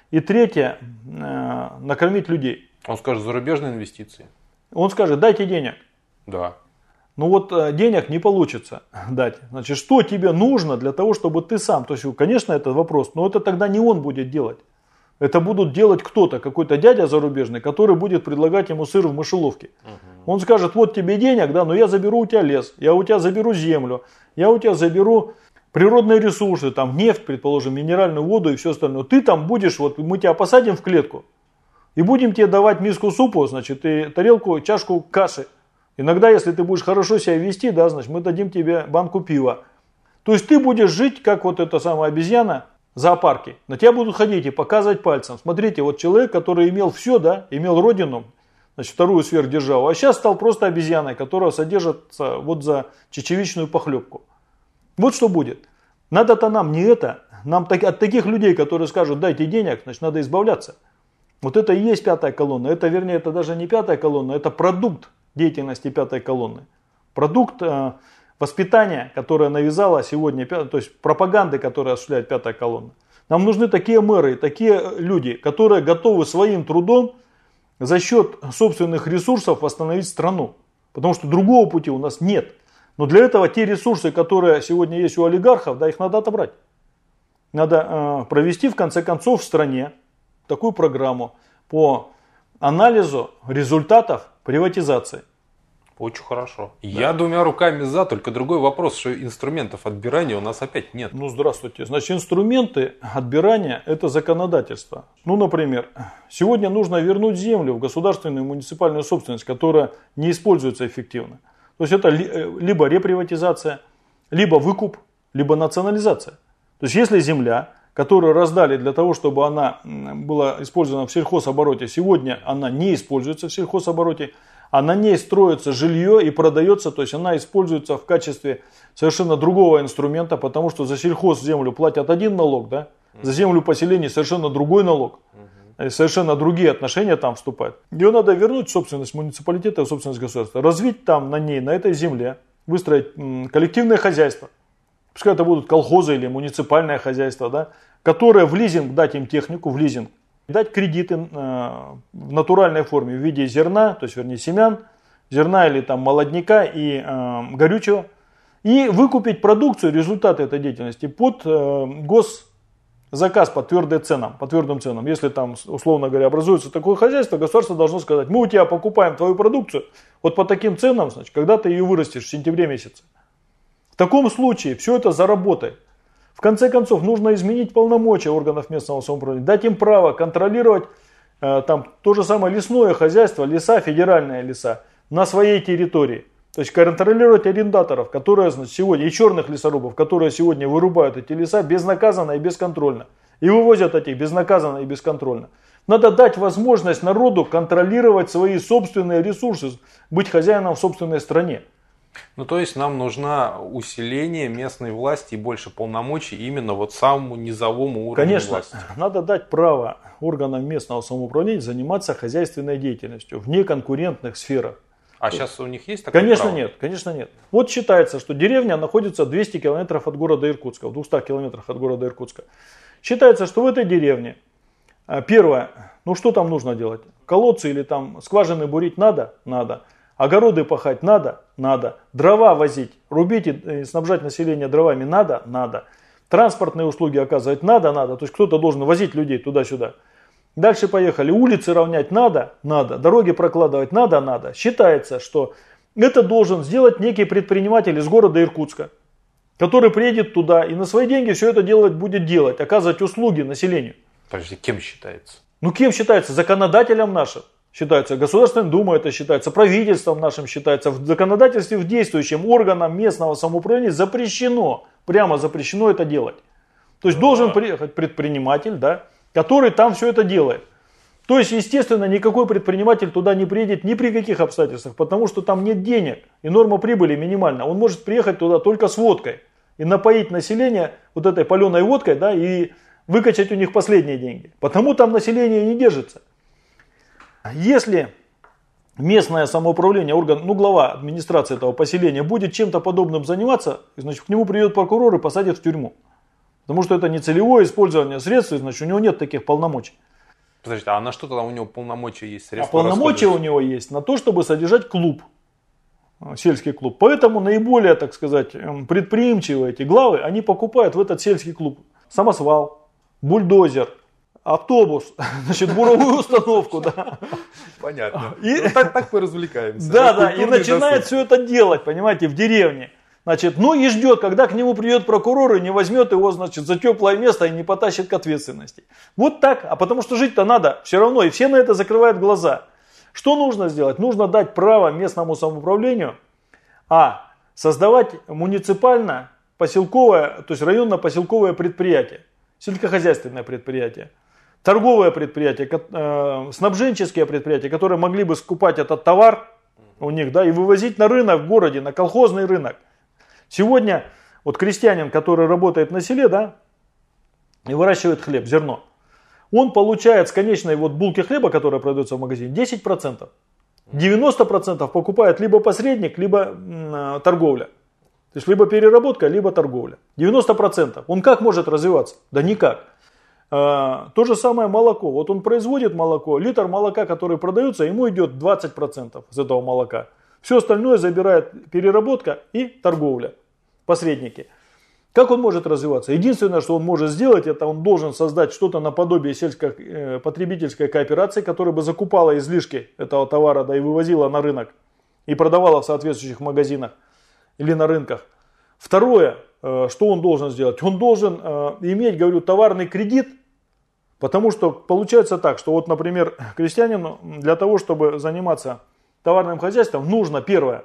И третье, э, накормить людей. Он скажет, зарубежные инвестиции. Он скажет, дайте денег. Да. Ну вот э, денег не получится дать. Значит, что тебе нужно для того, чтобы ты сам? То есть, конечно, это вопрос, но это тогда не он будет делать. Это будут делать кто-то, какой-то дядя зарубежный, который будет предлагать ему сыр в мышеловке. Угу. Он скажет, вот тебе денег, да, но я заберу у тебя лес, я у тебя заберу землю, я у тебя заберу природные ресурсы, там нефть, предположим, минеральную воду и все остальное. Ты там будешь, вот мы тебя посадим в клетку и будем тебе давать миску супа, значит, и тарелку, чашку каши. Иногда, если ты будешь хорошо себя вести, да, значит, мы дадим тебе банку пива. То есть ты будешь жить, как вот эта самая обезьяна в зоопарке. На тебя будут ходить и показывать пальцем. Смотрите, вот человек, который имел все, да, имел родину, значит, вторую сверхдержаву, а сейчас стал просто обезьяной, которая содержится вот за чечевичную похлебку. Вот что будет. Надо-то нам не это. Нам так, от таких людей, которые скажут, дайте денег, значит, надо избавляться. Вот это и есть пятая колонна. Это, вернее, это даже не пятая колонна, это продукт деятельности пятой колонны. Продукт э, воспитания, которое навязала сегодня, то есть пропаганды, которую осуществляет пятая колонна. Нам нужны такие мэры, такие люди, которые готовы своим трудом за счет собственных ресурсов восстановить страну. Потому что другого пути у нас нет. Но для этого те ресурсы, которые сегодня есть у олигархов, да, их надо отобрать. Надо э, провести в конце концов в стране такую программу по анализу результатов приватизации. Очень хорошо. Да. Я двумя руками за, только другой вопрос, что инструментов отбирания у нас опять нет. Ну, здравствуйте. Значит, инструменты отбирания – это законодательство. Ну, например, сегодня нужно вернуть землю в государственную и муниципальную собственность, которая не используется эффективно. То есть это либо реприватизация, либо выкуп, либо национализация. То есть если земля, которую раздали для того, чтобы она была использована в сельхозобороте, сегодня она не используется в сельхозобороте, а на ней строится жилье и продается, то есть она используется в качестве совершенно другого инструмента, потому что за сельхозземлю платят один налог, да? За землю поселений совершенно другой налог. Совершенно другие отношения там вступают. Ее надо вернуть в собственность муниципалитета, в собственность государства, развить там на ней, на этой земле, выстроить коллективное хозяйство. Пускай это будут колхозы или муниципальное хозяйство, да, которое в лизинг, дать им технику в лизинг, дать кредиты э, в натуральной форме в виде зерна, то есть вернее семян, зерна или там молодняка и э, горючего, и выкупить продукцию, результаты этой деятельности под э, госзаказ по твердым ценам, по твердым ценам. Если там, условно говоря, образуется такое хозяйство, государство должно сказать, мы у тебя покупаем твою продукцию вот по таким ценам, значит, когда ты ее вырастешь в сентябре месяце. В таком случае все это заработает. В конце концов, нужно изменить полномочия органов местного самоуправления, дать им право контролировать э, там, то же самое лесное хозяйство, леса, федеральные леса на своей территории. То есть контролировать арендаторов, которые, значит, сегодня, и черных лесорубов, которые сегодня вырубают эти леса безнаказанно и бесконтрольно. И вывозят этих безнаказанно и бесконтрольно. Надо дать возможность народу контролировать свои собственные ресурсы, быть хозяином в собственной стране. Ну, то есть нам нужно усиление местной власти и больше полномочий именно вот самому низовому уровню Конечно, власти. Конечно, надо дать право органам местного самоуправления заниматься хозяйственной деятельностью в неконкурентных сферах. А то сейчас у них есть такое Конечно право? нет, конечно нет. Вот считается, что деревня находится двести километров от города Иркутска, в двухстах километрах от города Иркутска. Считается, что в этой деревне, первое, ну что там нужно делать? Колодцы или там скважины бурить надо? Надо. Огороды пахать надо? Надо. Дрова возить, рубить и снабжать население дровами надо? Надо. Транспортные услуги оказывать надо? Надо. То есть кто-то должен возить людей туда-сюда. Дальше поехали. Улицы равнять надо? Надо. Дороги прокладывать надо? Надо. Считается, что это должен сделать некий предприниматель из города Иркутска, который приедет туда и на свои деньги все это делать будет делать, оказывать услуги населению. Подожди, кем считается? Ну кем считается? Законодателем нашим. Считается Государственной Думой, это считается правительством нашим, считается в законодательстве, в действующем органам местного самоуправления запрещено, прямо запрещено это делать. То есть должен приехать предприниматель, да, который там все это делает. То есть, естественно, никакой предприниматель туда не приедет ни при каких обстоятельствах, потому что там нет денег и норма прибыли минимальна. Он может приехать туда только с водкой и напоить население вот этой паленой водкой, да, и выкачать у них последние деньги. Потому там население не держится. Если местное самоуправление, орган, ну глава администрации этого поселения будет чем-то подобным заниматься, значит к нему придет прокурор и посадит в тюрьму. Потому что это не целевое использование средств, значит, у него нет таких полномочий. Подождите, а на что тогда у него полномочия есть? А полномочия у него есть на то, чтобы содержать клуб, сельский клуб. Поэтому наиболее, так сказать, предприимчивые эти главы, они покупают в этот сельский клуб самосвал, бульдозер, автобус, значит, буровую установку. Да. Понятно. И ну, так, так поразвлекаемся. Да, да, и начинает все это делать, понимаете, в деревне. Значит, ну и ждет, когда к нему придет прокурор и не возьмет его, значит, за теплое место и не потащит к ответственности. Вот так, а потому что жить-то надо все равно, и все на это закрывают глаза. Что нужно сделать? Нужно дать право местному самоуправлению, а, создавать муниципально-поселковое, то есть районно-поселковое предприятие, сельскохозяйственное предприятие, торговое предприятие, э, снабженческие предприятия, которые могли бы скупать этот товар у них, да, и вывозить на рынок в городе, на колхозный рынок. Сегодня вот крестьянин, который работает на селе, да, и выращивает хлеб, зерно, он получает с конечной вот булки хлеба, которая продается в магазине, десять процентов. девяносто процентов покупает либо посредник, либо м, торговля. То есть либо переработка, либо торговля. девяносто процентов. Он как может развиваться? Да никак. А, то же самое молоко. Вот он производит молоко, литр молока, который продается, ему идет двадцать процентов из этого молока. Все остальное забирает переработка и торговля, посредники. Как он может развиваться? Единственное, что он может сделать, это он должен создать что-то наподобие сельской потребительской кооперации, которая бы закупала излишки этого товара, да, и вывозила на рынок и продавала в соответствующих магазинах или на рынках. Второе, что он должен сделать? Он должен иметь, говорю, товарный кредит, потому что получается так, что вот, например, крестьянину для того, чтобы заниматься товарным хозяйством, нужно, первое,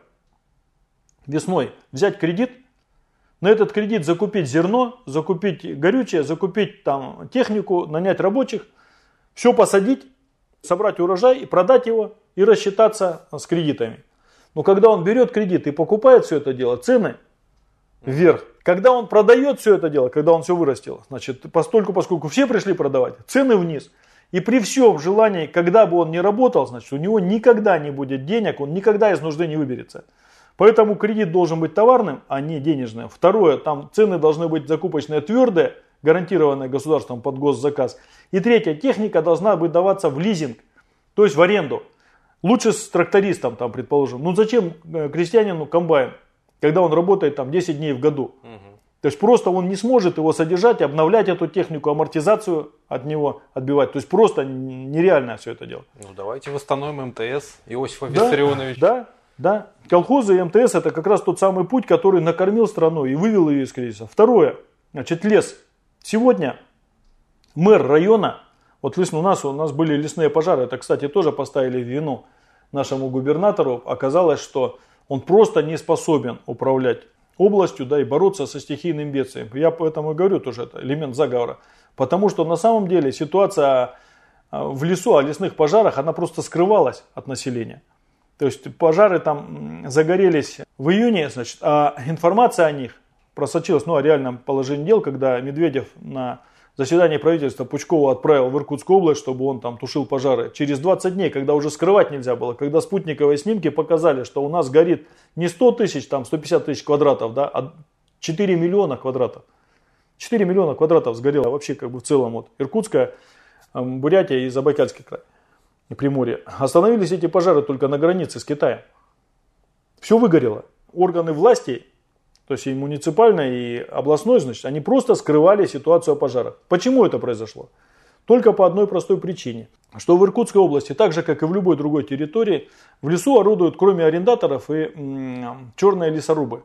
весной взять кредит, на этот кредит закупить зерно, закупить горючее, закупить там технику, нанять рабочих, все посадить, собрать урожай и продать его и рассчитаться с кредитами. Но когда он берет кредит и покупает все это дело, цены вверх. Когда он продает все это дело, когда он все вырастил, значит, постольку, поскольку все пришли продавать, цены вниз. И при всем желании, когда бы он не работал, значит, у него никогда не будет денег, он никогда из нужды не выберется. Поэтому кредит должен быть товарным, а не денежным. Второе, там цены должны быть закупочные твердые, гарантированные государством под госзаказ. И третье, техника должна быть даваться в лизинг, то есть в аренду. Лучше с трактористом, там, предположим. Ну зачем крестьянину комбайн, когда он работает там десять дней в году? Угу. То есть просто он не сможет его содержать, обновлять эту технику, амортизацию от него отбивать. То есть просто нереально все это делать. Ну давайте восстановим эм тэ эс, Иосиф да, Виссарионович. Да, да. Колхозы и эм тэ эс это как раз тот самый путь, который накормил страну и вывел ее из кризиса. Второе, значит, лес. Сегодня мэр района, вот лично у нас, у нас были лесные пожары, это, кстати, тоже поставили в вину нашему губернатору. Оказалось, что он просто не способен управлять областью, да, и бороться со стихийным бедствием. Я поэтому и говорю тоже, это элемент заговора. Потому что на самом деле ситуация в лесу, о лесных пожарах, она просто скрывалась от населения. То есть пожары там загорелись в июне, значит, а информация о них просочилась, ну, о реальном положении дел, когда Медведев на заседании правительства Пучкова отправил в Иркутскую область, чтобы он там тушил пожары. Через двадцать дней, когда уже скрывать нельзя было, когда спутниковые снимки показали, что у нас горит не сто тысяч, там сто пятьдесят тысяч квадратов, да, а четыре миллиона квадратов. четыре миллиона квадратов сгорело вообще как бы в целом вот Иркутская, Бурятия и Забайкальский край, и Приморье. Остановились эти пожары только на границе с Китаем. Все выгорело. Органы власти, то есть и муниципальной, и областной, значит, они просто скрывали ситуацию о пожарах. Почему это произошло? Только по одной простой причине. Что в Иркутской области, так же как и в любой другой территории, в лесу орудуют, кроме арендаторов, и м- черные лесорубы,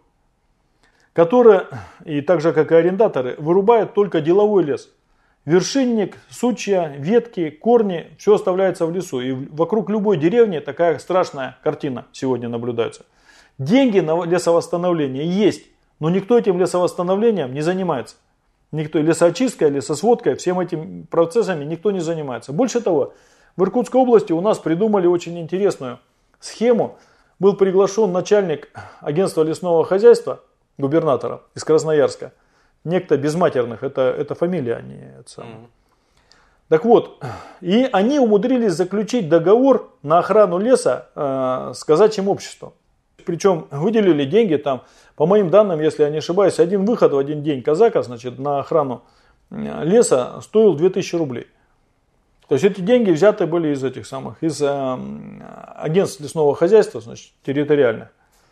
которые, и так же как и арендаторы, вырубают только деловой лес. Вершинник, сучья, ветки, корни, все оставляется в лесу. И вокруг любой деревни такая страшная картина сегодня наблюдается. Деньги на лесовосстановление есть, но никто этим лесовосстановлением не занимается. Никто, лесоочисткой, лесосводкой, всем этими процессами никто не занимается. Больше того, в Иркутской области у нас придумали очень интересную схему. Был приглашен начальник агентства лесного хозяйства, губернатора из Красноярска, некто Безматерных, это, это фамилия, а не это самое. Mm-hmm. Так вот, и они умудрились заключить договор на охрану леса э, с казачьим обществом. причем выделили деньги там, по моим данным, если я не ошибаюсь, один выход в один день казака, значит, на охрану леса стоил две тысячи рублей. То есть эти деньги взяты были из этих самых, из э, агентств лесного хозяйства, значит, территориальных.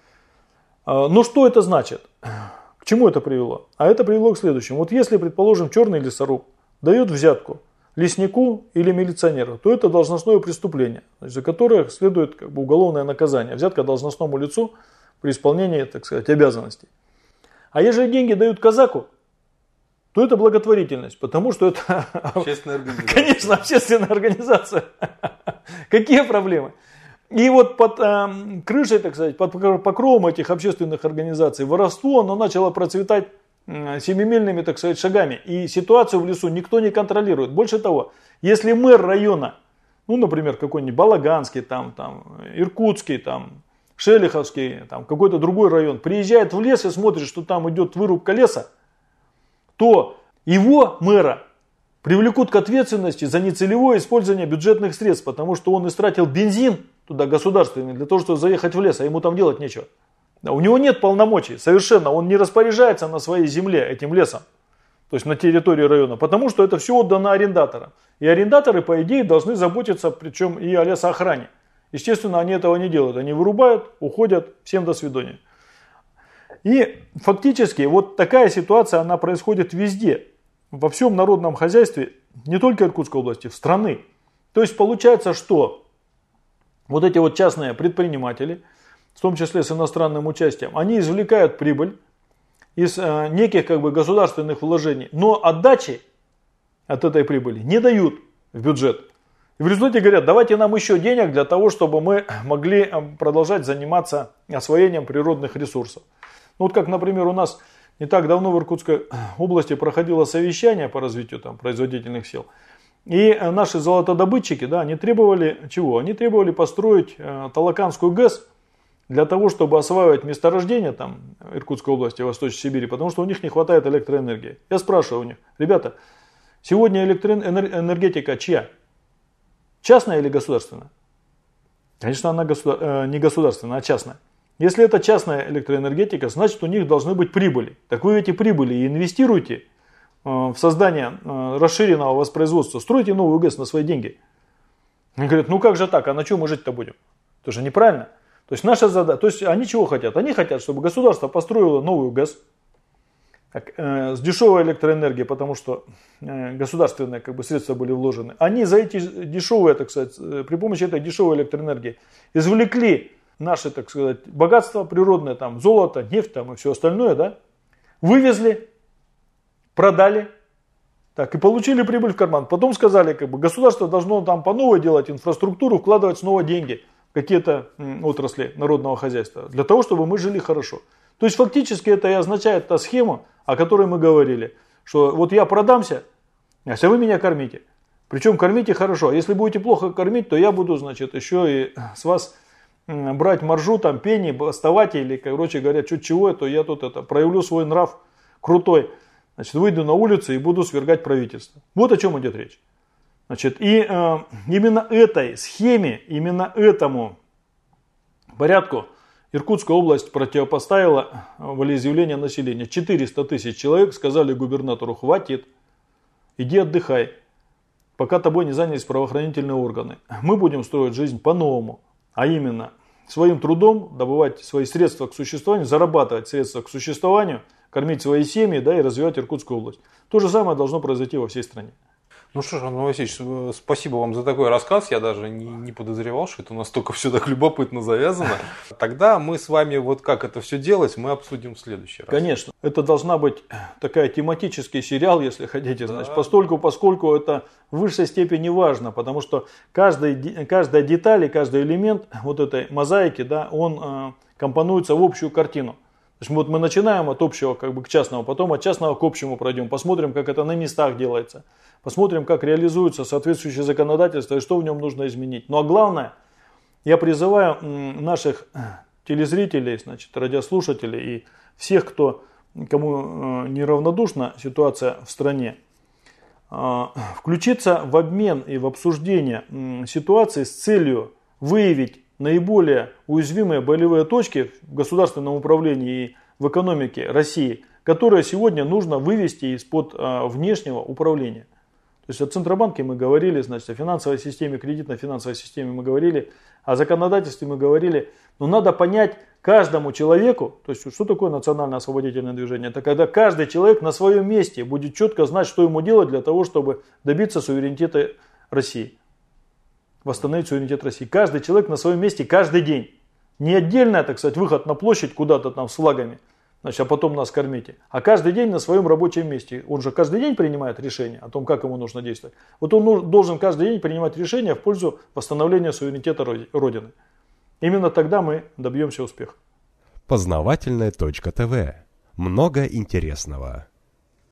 Э, ну что это значит? К чему это привело? А это привело к следующему. Вот если, предположим, черный лесоруб дает взятку леснику или милиционеру, то это должностное преступление, за которое следует как бы уголовное наказание. Взятка должностному лицу при исполнении, так сказать, обязанностей. А если деньги дают казаку, то это благотворительность, потому что это... Общественная организация. Конечно, общественная организация. Какие проблемы? И вот под э, крышей, так сказать, под покровом этих общественных организаций воровство, оно начало процветать э, семимильными, так сказать, шагами. И ситуацию в лесу никто не контролирует. Больше того, если мэр района, ну, например, какой-нибудь Балаганский, там, там, Иркутский, там, Шелиховский, там, какой-то другой район, приезжает в лес и смотрит, что там идет вырубка леса, то его, мэра, привлекут к ответственности за нецелевое использование бюджетных средств, потому что он истратил бензин туда государственный для того, чтобы заехать в лес, а ему там делать нечего. Да, у него нет полномочий совершенно, он не распоряжается на своей земле этим лесом, то есть на территории района, потому что это все отдано арендаторам. И арендаторы, по идее, должны заботиться, причем и о лесоохране. Естественно, они этого не делают, они вырубают, уходят, всем до свидания. И фактически вот такая ситуация, она происходит везде, во всем народном хозяйстве, не только Иркутской области, в страны. То есть получается, что вот эти вот частные предприниматели, в том числе с иностранным участием, они извлекают прибыль из э, неких как бы государственных вложений, но отдачи от этой прибыли не дают в бюджет. И в результате говорят, давайте нам еще денег для того, чтобы мы могли продолжать заниматься освоением природных ресурсов. Ну, вот как, например, у нас не так давно в Иркутской области проходило совещание по развитию там, производительных сил. И наши золотодобытчики, да, они требовали чего? Они требовали построить э, Талаканскую ГЭС для того, чтобы осваивать месторождения там, Иркутской области, Восточной Сибири, потому что у них не хватает электроэнергии. Я спрашиваю у них, ребята, сегодня электроэнергетика чья? Частная или государственная? Конечно, она государ... э, не государственная, а частная. Если это частная электроэнергетика, значит у них должны быть прибыли. Так вы эти прибыли и инвестируйте в создание расширенного воспроизводства. Стройте новую ГЭС на свои деньги. Они говорят, ну как же так, а на чем мы жить-то будем? Это же неправильно. То есть наша задача, то есть они чего хотят? Они хотят, чтобы государство построило новую ГЭС так, э, с дешевой электроэнергией, потому что э, государственные как бы, средства были вложены. Они за эти дешевые, так сказать, при помощи этой дешевой электроэнергии извлекли наши, так сказать, богатства природные, там, золото, нефть там, и все остальное, да, вывезли, продали, так, и получили прибыль в карман. Потом сказали, как бы, государство должно там по новой делать инфраструктуру, вкладывать снова деньги в какие-то м, отрасли народного хозяйства, для того, чтобы мы жили хорошо. То есть, фактически, это и означает та схема, о которой мы говорили, что вот я продамся, а вы меня кормите. Причем кормите хорошо. Если будете плохо кормить, то я буду, значит, еще и с вас брать маржу, там, пени, бастовать или, короче говоря, чуть чего, то я тут это проявлю свой нрав крутой. Значит, выйду на улицу и буду свергать правительство. Вот о чем идет речь. Значит, и э, именно этой схеме, именно этому порядку Иркутская область противопоставила волеизъявление населения. четыреста тысяч человек сказали губернатору, хватит, иди отдыхай, пока тобой не занялись правоохранительные органы. Мы будем строить жизнь по-новому. А именно, своим трудом добывать свои средства к существованию, зарабатывать средства к существованию, кормить свои семьи, да, и развивать Иркутскую область. То же самое должно произойти во всей стране. Ну что ж, Антон Васильевич, спасибо вам за такой рассказ. Я даже не, не подозревал, что это настолько все так любопытно завязано. Тогда мы с вами, вот как это все делать, мы обсудим в следующий раз. Конечно. Это должна быть такая тематический сериал, если хотите. Значит, да. Постольку, поскольку это в высшей степени важно, потому что каждый, каждая деталь и каждый элемент вот этой мозаики, да, он э, компонуется в общую картину. То есть вот мы начинаем от общего как бы, к частному, потом от частного к общему пройдем, посмотрим, как это на местах делается, посмотрим, как реализуется соответствующее законодательство и что в нем нужно изменить. Ну а главное, я призываю наших телезрителей, значит, радиослушателей и всех, кто, кому неравнодушна ситуация в стране, включиться в обмен и в обсуждение ситуации с целью выявить наиболее уязвимые болевые точки в государственном управлении и в экономике России, которые сегодня нужно вывести из-под а, внешнего управления. То есть о Центробанке мы говорили, значит, о финансовой системе, кредитно-финансовой системе мы говорили, о законодательстве мы говорили. Но надо понять каждому человеку, то есть что такое национальное освободительное движение? Это когда каждый человек на своем месте будет четко знать, что ему делать для того, чтобы добиться суверенитета России. Восстановить суверенитет России. Каждый человек на своем месте каждый день. Не отдельно, так сказать, выход на площадь куда-то там с флагами, значит, а потом нас кормите. А каждый день на своем рабочем месте. Он же каждый день принимает решение о том, как ему нужно действовать. Вот он должен каждый день принимать решения в пользу восстановления суверенитета Родины. Именно тогда мы добьемся успеха. Познавательная точка ТВ. Много интересного.